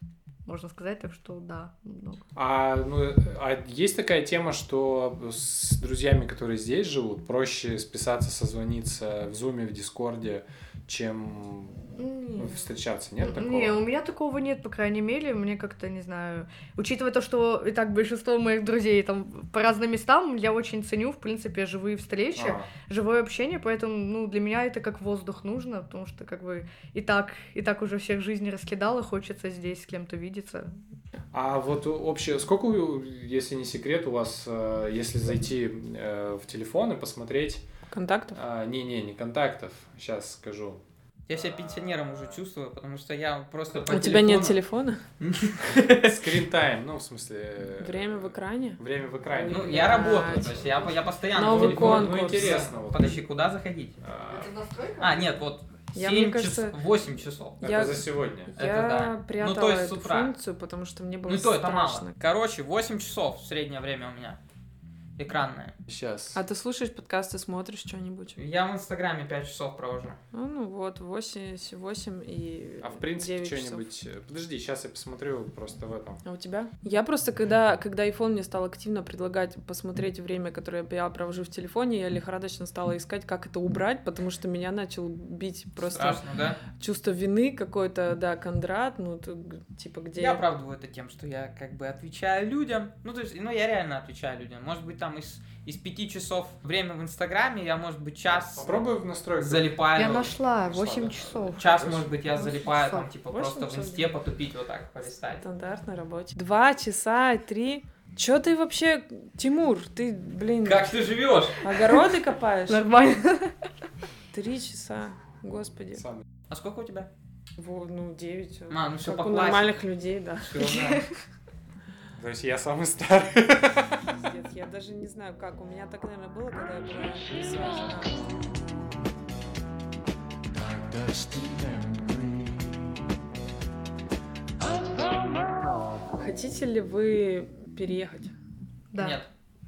можно сказать, так что да, много. А, ну, а есть такая тема, что с друзьями, которые здесь живут, проще списаться, созвониться в Зуме, в Дискорде, чем ну, встречаться? Нет такого? Не, у меня такого нет, по крайней мере. Мне как-то, не знаю... Учитывая то, что и так большинство моих друзей там по разным местам, я очень ценю, в принципе, живые встречи, А. живое общение, поэтому, ну, для меня это как воздух нужно, потому что, как бы, и так, и так уже всех жизни раскидала, хочется здесь с кем-то видеться. А вот общее, сколько, если не секрет, у вас, э, если зайти э, в телефон и посмотреть... Контактов? а, Не-не, не контактов, сейчас скажу. Я себя пенсионером уже чувствую, потому что я просто по У тебя нет телефону- телефона? Скрин-тайм, ну, в смысле... Время в экране? Время в экране. Ну, Блядь. я работаю, то есть я, я постоянно... Новый в телефоне. конкурс. Ну, интересно. Вот. Подожди, куда заходить? А, А, нет, вот Я, семь мне кажется, часов, восемь часов. Это Я- за сегодня. Это Я да. прятала Ну, то есть с эту утра. функцию, потому что мне было Ну, и то это страшно. мало. Короче, восемь часов среднее время у меня. Экранное. Сейчас. А ты слушаешь подкасты, смотришь что-нибудь? Я в Инстаграме пять часов провожу. Ну, ну вот, восемь, восемь и А в принципе девять часов. что-нибудь... Подожди, сейчас я посмотрю просто в этом. А у тебя? Я просто, когда, когда iPhone мне стал активно предлагать посмотреть время, которое я провожу в телефоне, я лихорадочно стала искать, как это убрать, потому что меня начал бить просто Страшно, да? чувство вины какой-то, да, Кондрат, ну, т- г- типа, где... Я оправдываю это тем, что я как бы отвечаю людям. Ну, то есть, ну, я реально отвечаю людям. Может быть, там из, из пяти часов время в Инстаграме, я, может быть, час Попробуй в настройках. залипаю. Я нашла Нашла, восемь да. часов. Час, может быть, я Восемь залипаю часов. там, типа, Восемь просто в часов. инсте потупить вот так, полистать. Стандартно рабочий. Два часа, три... Чё ты вообще, Тимур, ты, блин, Как ты живешь? огороды копаешь? Нормально. Три часа, господи. Самый. А сколько у тебя? Во, ну, девять. А, ну всё как по у классике. нормальных людей, да. Всё, да. То есть я самый старый. Пиздец, я даже не знаю, как. У меня так, наверное, было, когда я была присвязана. Хотите ли вы переехать? Да. Нет.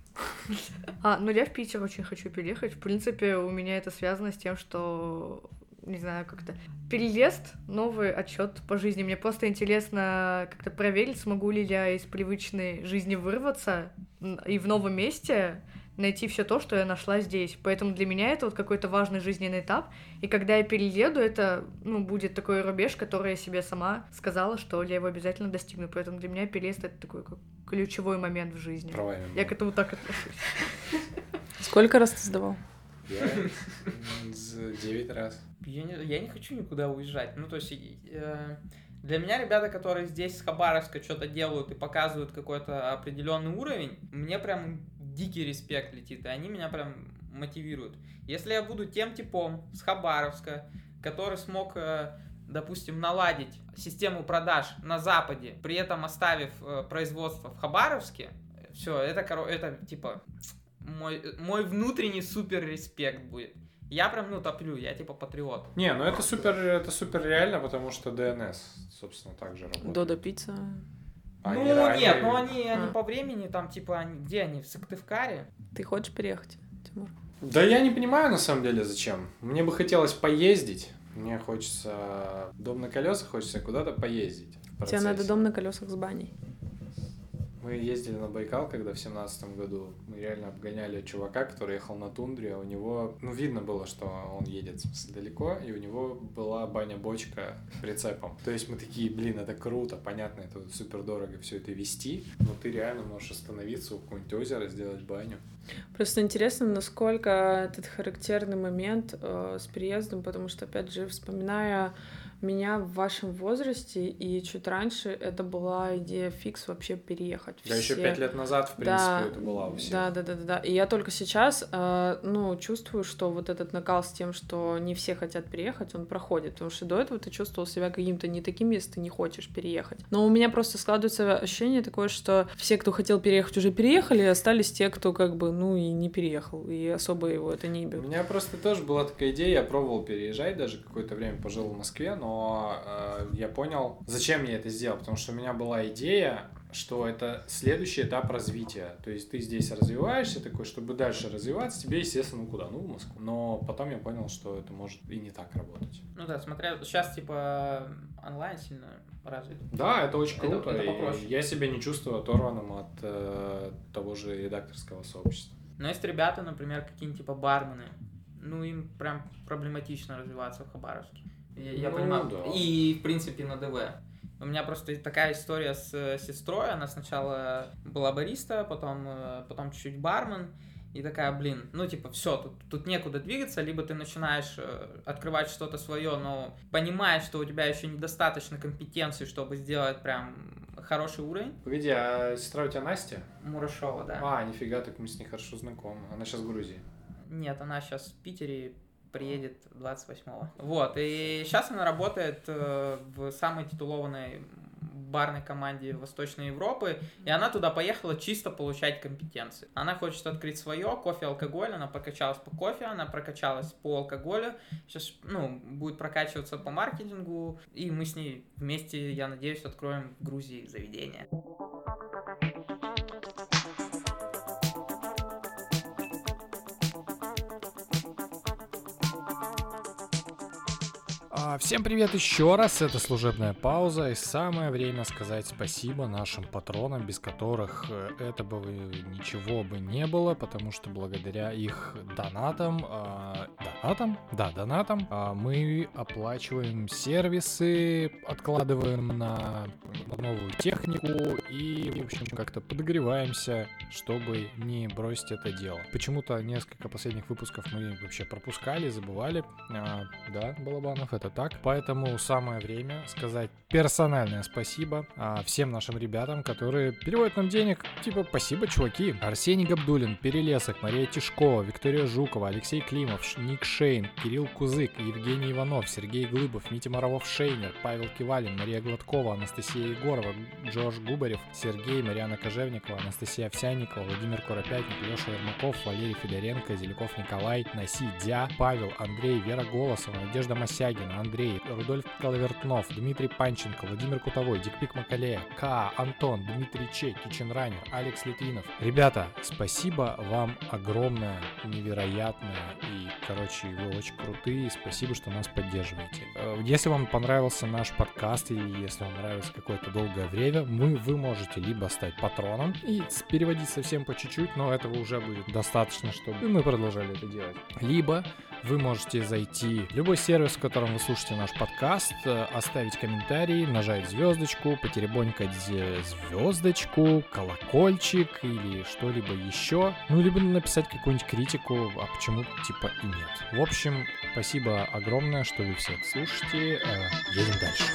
А, ну я в Питер очень хочу переехать. В принципе, у меня это связано с тем, что, не знаю, как-то переезд, новый отчет по жизни. Мне просто интересно как-то проверить, смогу ли я из привычной жизни вырваться м, и в новом месте найти все то, что я нашла здесь. Поэтому для меня это вот какой-то важный жизненный этап. И когда я перееду, это, ну, будет такой рубеж, который я себе сама сказала, что я его обязательно достигну. Поэтому для меня переезд — это такой как ключевой момент в жизни. Правильно. Я к этому так отношусь. Сколько раз ты сдавал? Я за девять раз. Я не, я не хочу никуда уезжать. Ну, то есть, э, для меня ребята, которые здесь с Хабаровска что-то делают и показывают какой-то определенный уровень, мне прям дикий респект летит, и они меня прям мотивируют. Если я буду тем типом с Хабаровска, который смог, э, допустим, наладить систему продаж на Западе, при этом оставив э, производство в Хабаровске, все, это, коро- это типа мой, мой внутренний супер респект будет. Я прям, ну, топлю, я типа патриот. Не, ну это супер, это супер реально, потому что ДНС, собственно, также работает. Додо пицца. Они ну, ранее- нет, ну они, они А. по времени, там, типа, они, где они, в Сыктывкаре? Ты хочешь переехать, Тимур? Да я не понимаю, на самом деле, зачем. Мне бы хотелось поездить. Мне хочется дом на колесах, хочется куда-то поездить. в Тебе процессе. надо дом на колесах с баней. Мы ездили на Байкал, когда в семнадцатом году. Мы реально обгоняли чувака, который ехал на тундре. а У него, ну, видно было, что он едет, в смысле, далеко, и у него была баня-бочка прицепом. То есть мы такие, блин, это круто, понятно, это супер дорого все это вести, но ты реально можешь остановиться у какого-нибудь озера, сделать баню. Просто интересно, насколько этот характерный момент э, с переездом, потому что, опять же, вспоминая меня в вашем возрасте и чуть раньше, это была идея фикс вообще переехать. Да, еще Все- пять лет назад, в принципе, Да, это была у всех. Да, да, да, да, да. И я только сейчас, э, ну, чувствую, что вот этот накал с тем, что не все хотят переехать, он проходит, потому что до этого ты чувствовал себя каким-то не таким, если ты не хочешь переехать. Но у меня просто складывается ощущение такое, что все, кто хотел переехать, уже переехали, и остались те, кто как бы, ну, и не переехал, и особо его это не У бьет. меня просто тоже была такая идея, я пробовал переезжать, даже какое-то время пожил в Москве, но э, я понял, зачем я это сделал, потому что у меня была идея, что это следующий этап развития. То есть ты здесь развиваешься такой, чтобы дальше развиваться, тебе, естественно, ну куда? Ну, в Москву. Но потом я понял, что это может и не так работать. Ну да, смотря, сейчас типа онлайн сильно развит. Да, это очень Это- круто. это и попроще. я себя не чувствую оторванным от э, того же редакторского сообщества. Но есть ребята, например, какие-нибудь типа бармены, ну им прям проблематично развиваться в Хабаровске. Я, я Ну, понимаю. да. И, в принципе, на ДВ. У меня просто такая история с э, сестрой. Она сначала была бариста, потом, э, потом чуть-чуть бармен. И такая, блин, ну типа, все, тут, тут некуда двигаться, либо ты начинаешь э, открывать что-то свое, но понимаешь, что у тебя еще недостаточно компетенции, чтобы сделать прям хороший уровень. Погоди, а сестра у тебя Настя? Мурашова, да. А, нифига, так мы с ней хорошо знакомы. Она сейчас в Грузии. Нет, она сейчас в Питере приедет двадцать восьмого. Вот, и сейчас она работает э, в самой титулованной барной команде Восточной Европы, и она туда поехала чисто получать компетенции. Она хочет открыть свое, кофе, алкоголь, она прокачалась по кофе, она прокачалась по алкоголю, сейчас, ну, будет прокачиваться по маркетингу, и мы с ней вместе, я надеюсь, откроем в Грузии заведение. А, Всем привет еще раз, это служебная пауза, и самое время сказать спасибо нашим патронам, без которых э, это бы ничего бы не было, потому что благодаря их донатам, а, донатам? Да, донатам, а, мы оплачиваем сервисы, откладываем на, на новую технику и, в общем, как-то подогреваемся, чтобы не бросить это дело. Почему-то несколько последних выпусков мы вообще пропускали, забывали, а, да, Балабанов, это так. Поэтому самое время сказать персональное спасибо а, всем нашим ребятам, которые переводят нам денег. Типа, спасибо, чуваки. Арсений Габдулин, Перелесок, Мария Тишкова, Виктория Жукова, Алексей Климов, Ш- Ник Шейн, Кирилл Кузык, Евгений Иванов, Сергей Глыбов, Митя Моровов-Шейнер, Павел Кивалин, Мария Гладкова, Анастасия Егорова, Джош Губарев, Сергей, Марьяна Кожевникова, Анастасия Овсянникова, Владимир Коропятник, Леша Ермаков, Валерий Федоренко, Зеляков Николай, Наси Дя, Павел, Андрей, Вера Голосова, Надежда Мосягина, Андрей, Рудольф Коловертнов, Дмитрий Панченко, Владимир Кутовой, Дикпик Макалея, К, Антон, Дмитрий Чей, Киченранер, Алекс Литвинов. Ребята, спасибо вам огромное, невероятное, и, короче, вы очень крутые, спасибо, что нас поддерживаете. Э, Если вам понравился наш подкаст, или если вам нравится какое-то долгое время, мы, вы можете либо стать патроном и с- переводить совсем по чуть-чуть, но этого уже будет достаточно, чтобы мы продолжали это делать. Либо вы можете зайти в любой сервис, в котором вы слушаете наш подкаст, э, оставить комментарий, нажать звездочку, потеребонькать зе- звездочку, колокольчик или что-либо еще. Ну, либо написать какую-нибудь критику, а почему типа и нет. В общем, спасибо огромное, что вы все это слушаете. Э, Едем дальше.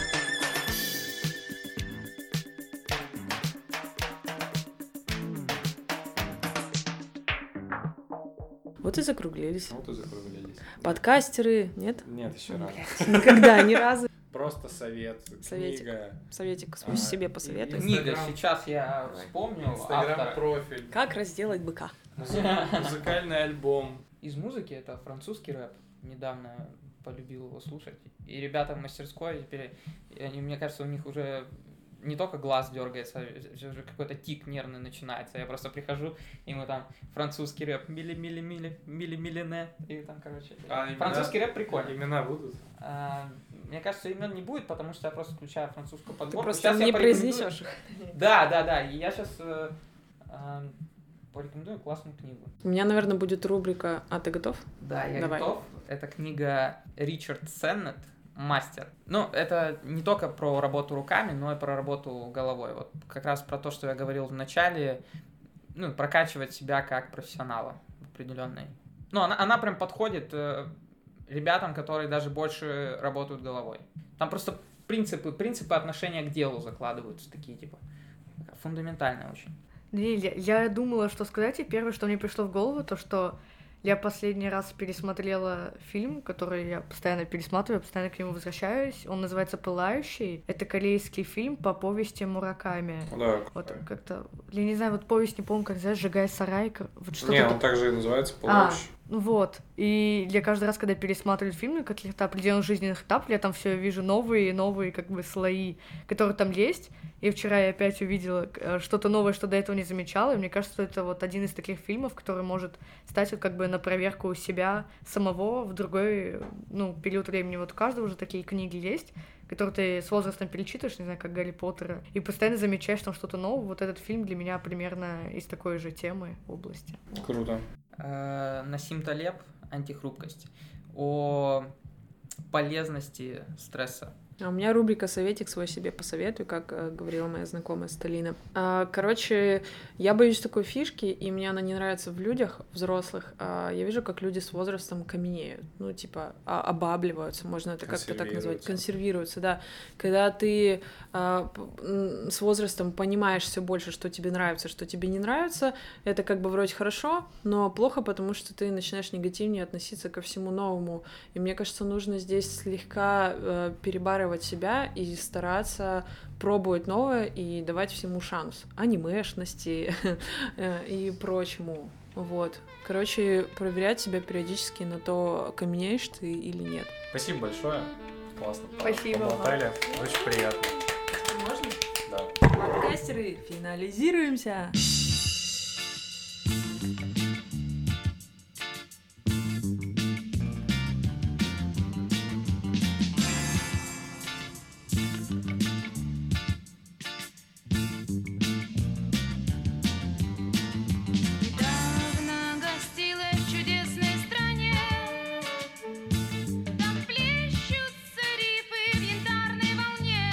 Вот и закруглились. Вот и закруглились. Подкастеры, нет? Нет, еще рано. Никогда, ни разу. Просто совет, Советик. книга, Советик, А, себе посоветуй. и- Книга, Инстаграм. сейчас я вспомнил, автор. инстаграм-профиль, Как разделать быка? музыкальный альбом. Из музыки это французский рэп. Недавно полюбил его слушать. И ребята в мастерской теперь, и они, мне кажется, у них уже не только глаз дергается, а уже какой-то тик нервный начинается. Я просто прихожу, и мы там французский рэп, мили-мили-мили, мили-мили-не, и там, короче, А имена- французский рэп прикольный. Имена будут? А, мне кажется, имен не будет, потому что я просто включаю французскую Ты подборку. просто Сейчас я не порекомендую- произнесешь. Да, да, да. И я сейчас порекомендую классную книгу. У меня, наверное, будет рубрика «А ты готов?» Да, я Давай. готов. Это книга Ричард Сеннет «Мастер». Ну, это не только про работу руками, но и про работу головой. Вот как раз про то, что я говорил в начале, ну, прокачивать себя как профессионала определенной. Ну, она, она прям подходит э, ребятам, которые даже больше работают головой. Там просто принципы, принципы отношения к делу закладываются такие, типа, фундаментальные очень. Даниэль, я, я думала, что сказать, и первое, что мне пришло в голову, то, что я последний раз пересмотрела фильм, который я постоянно пересматриваю, постоянно к нему возвращаюсь. Он называется «Пылающий». Это корейский фильм по повести Мураками. Да. Вот как-то, я не знаю, вот повесть не помню, как называется, «Сжигай сарай», вот что-то. Не, он также и называется А, «Пылающий». Вот. И я каждый раз, когда пересматриваю фильмы каких-то определенных жизненных этапов, я там все вижу новые и новые как бы слои, которые там есть. И вчера я опять увидела э, что-то новое, что до этого не замечала. И мне кажется, что это вот один из таких фильмов, который может стать вот как бы на проверку себя самого в другой, ну, период времени. Вот у каждого уже такие книги есть, которые ты с возрастом перечитываешь, не знаю, как Гарри Поттера, и постоянно замечаешь там что-то новое. Вот этот фильм для меня примерно из такой же темы области. Круто. Э, Насим Талеб «Антихрупкость». О полезности стресса. А у меня рубрика «Советик свой себе посоветуй», как э, говорила моя знакомая Сталина. А, короче, я боюсь такой фишки, и мне она не нравится в людях взрослых. А, я вижу, как люди с возрастом каменеют, ну, типа, а, обабливаются, можно это как-то так назвать, консервируются, да. Когда ты а, п- с возрастом понимаешь все больше, что тебе нравится, что тебе не нравится, это как бы вроде хорошо, но плохо, потому что ты начинаешь негативнее относиться ко всему новому. И мне кажется, нужно здесь слегка э, перебарывать себя и стараться пробовать новое и давать всему шанс. Анимешности и прочему. Вот. Короче, проверять себя периодически на то, каменеешь ты или нет. Спасибо большое. Классно. Спасибо вам. Поболтали. Очень приятно. Можно? Да. Подкастеры, финализируемся! Недавно гостила в чудесной стране. Там плещутся рифы в янтарной волне.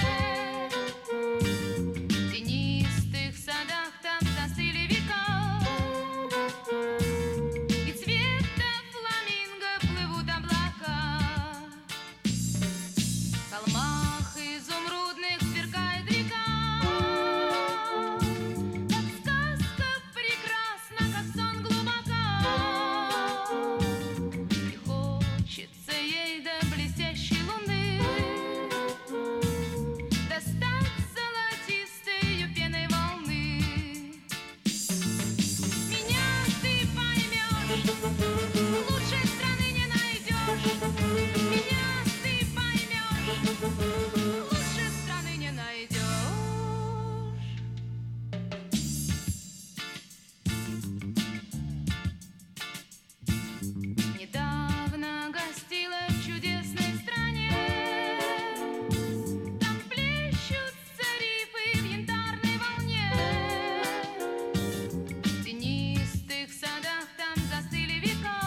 В тенистых садах там застыли века. И цвета фламинго плывут облака. В холмах изумрудных сверкает река. Как сказка прекрасна, как сон глубока. И хочется ей до блестящей луны достать золотистой ее пеной волны. Меня ты поймешь, лучшей страны не найдешь. Меня ты поймешь, лучшей страны не найдешь. Недавно гостила в чудесной стране. Там плещутся рифы в янтарной волне. В тенистых садах там застыли века.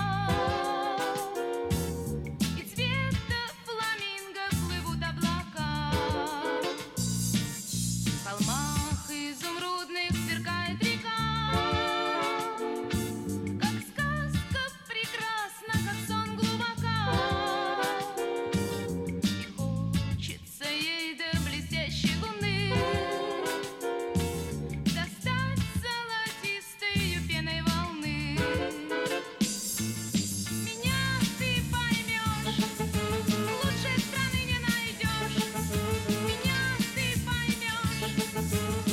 И цвета фламинго плывут облака. В холмах изумрудных сверкает река. Как сказка прекрасна, как сон глубока. И хочется ей до блестящей луны достать золотистой ее пеной волны. Меня ты поймешь, лучшей страны не найдешь. Меня ты поймешь,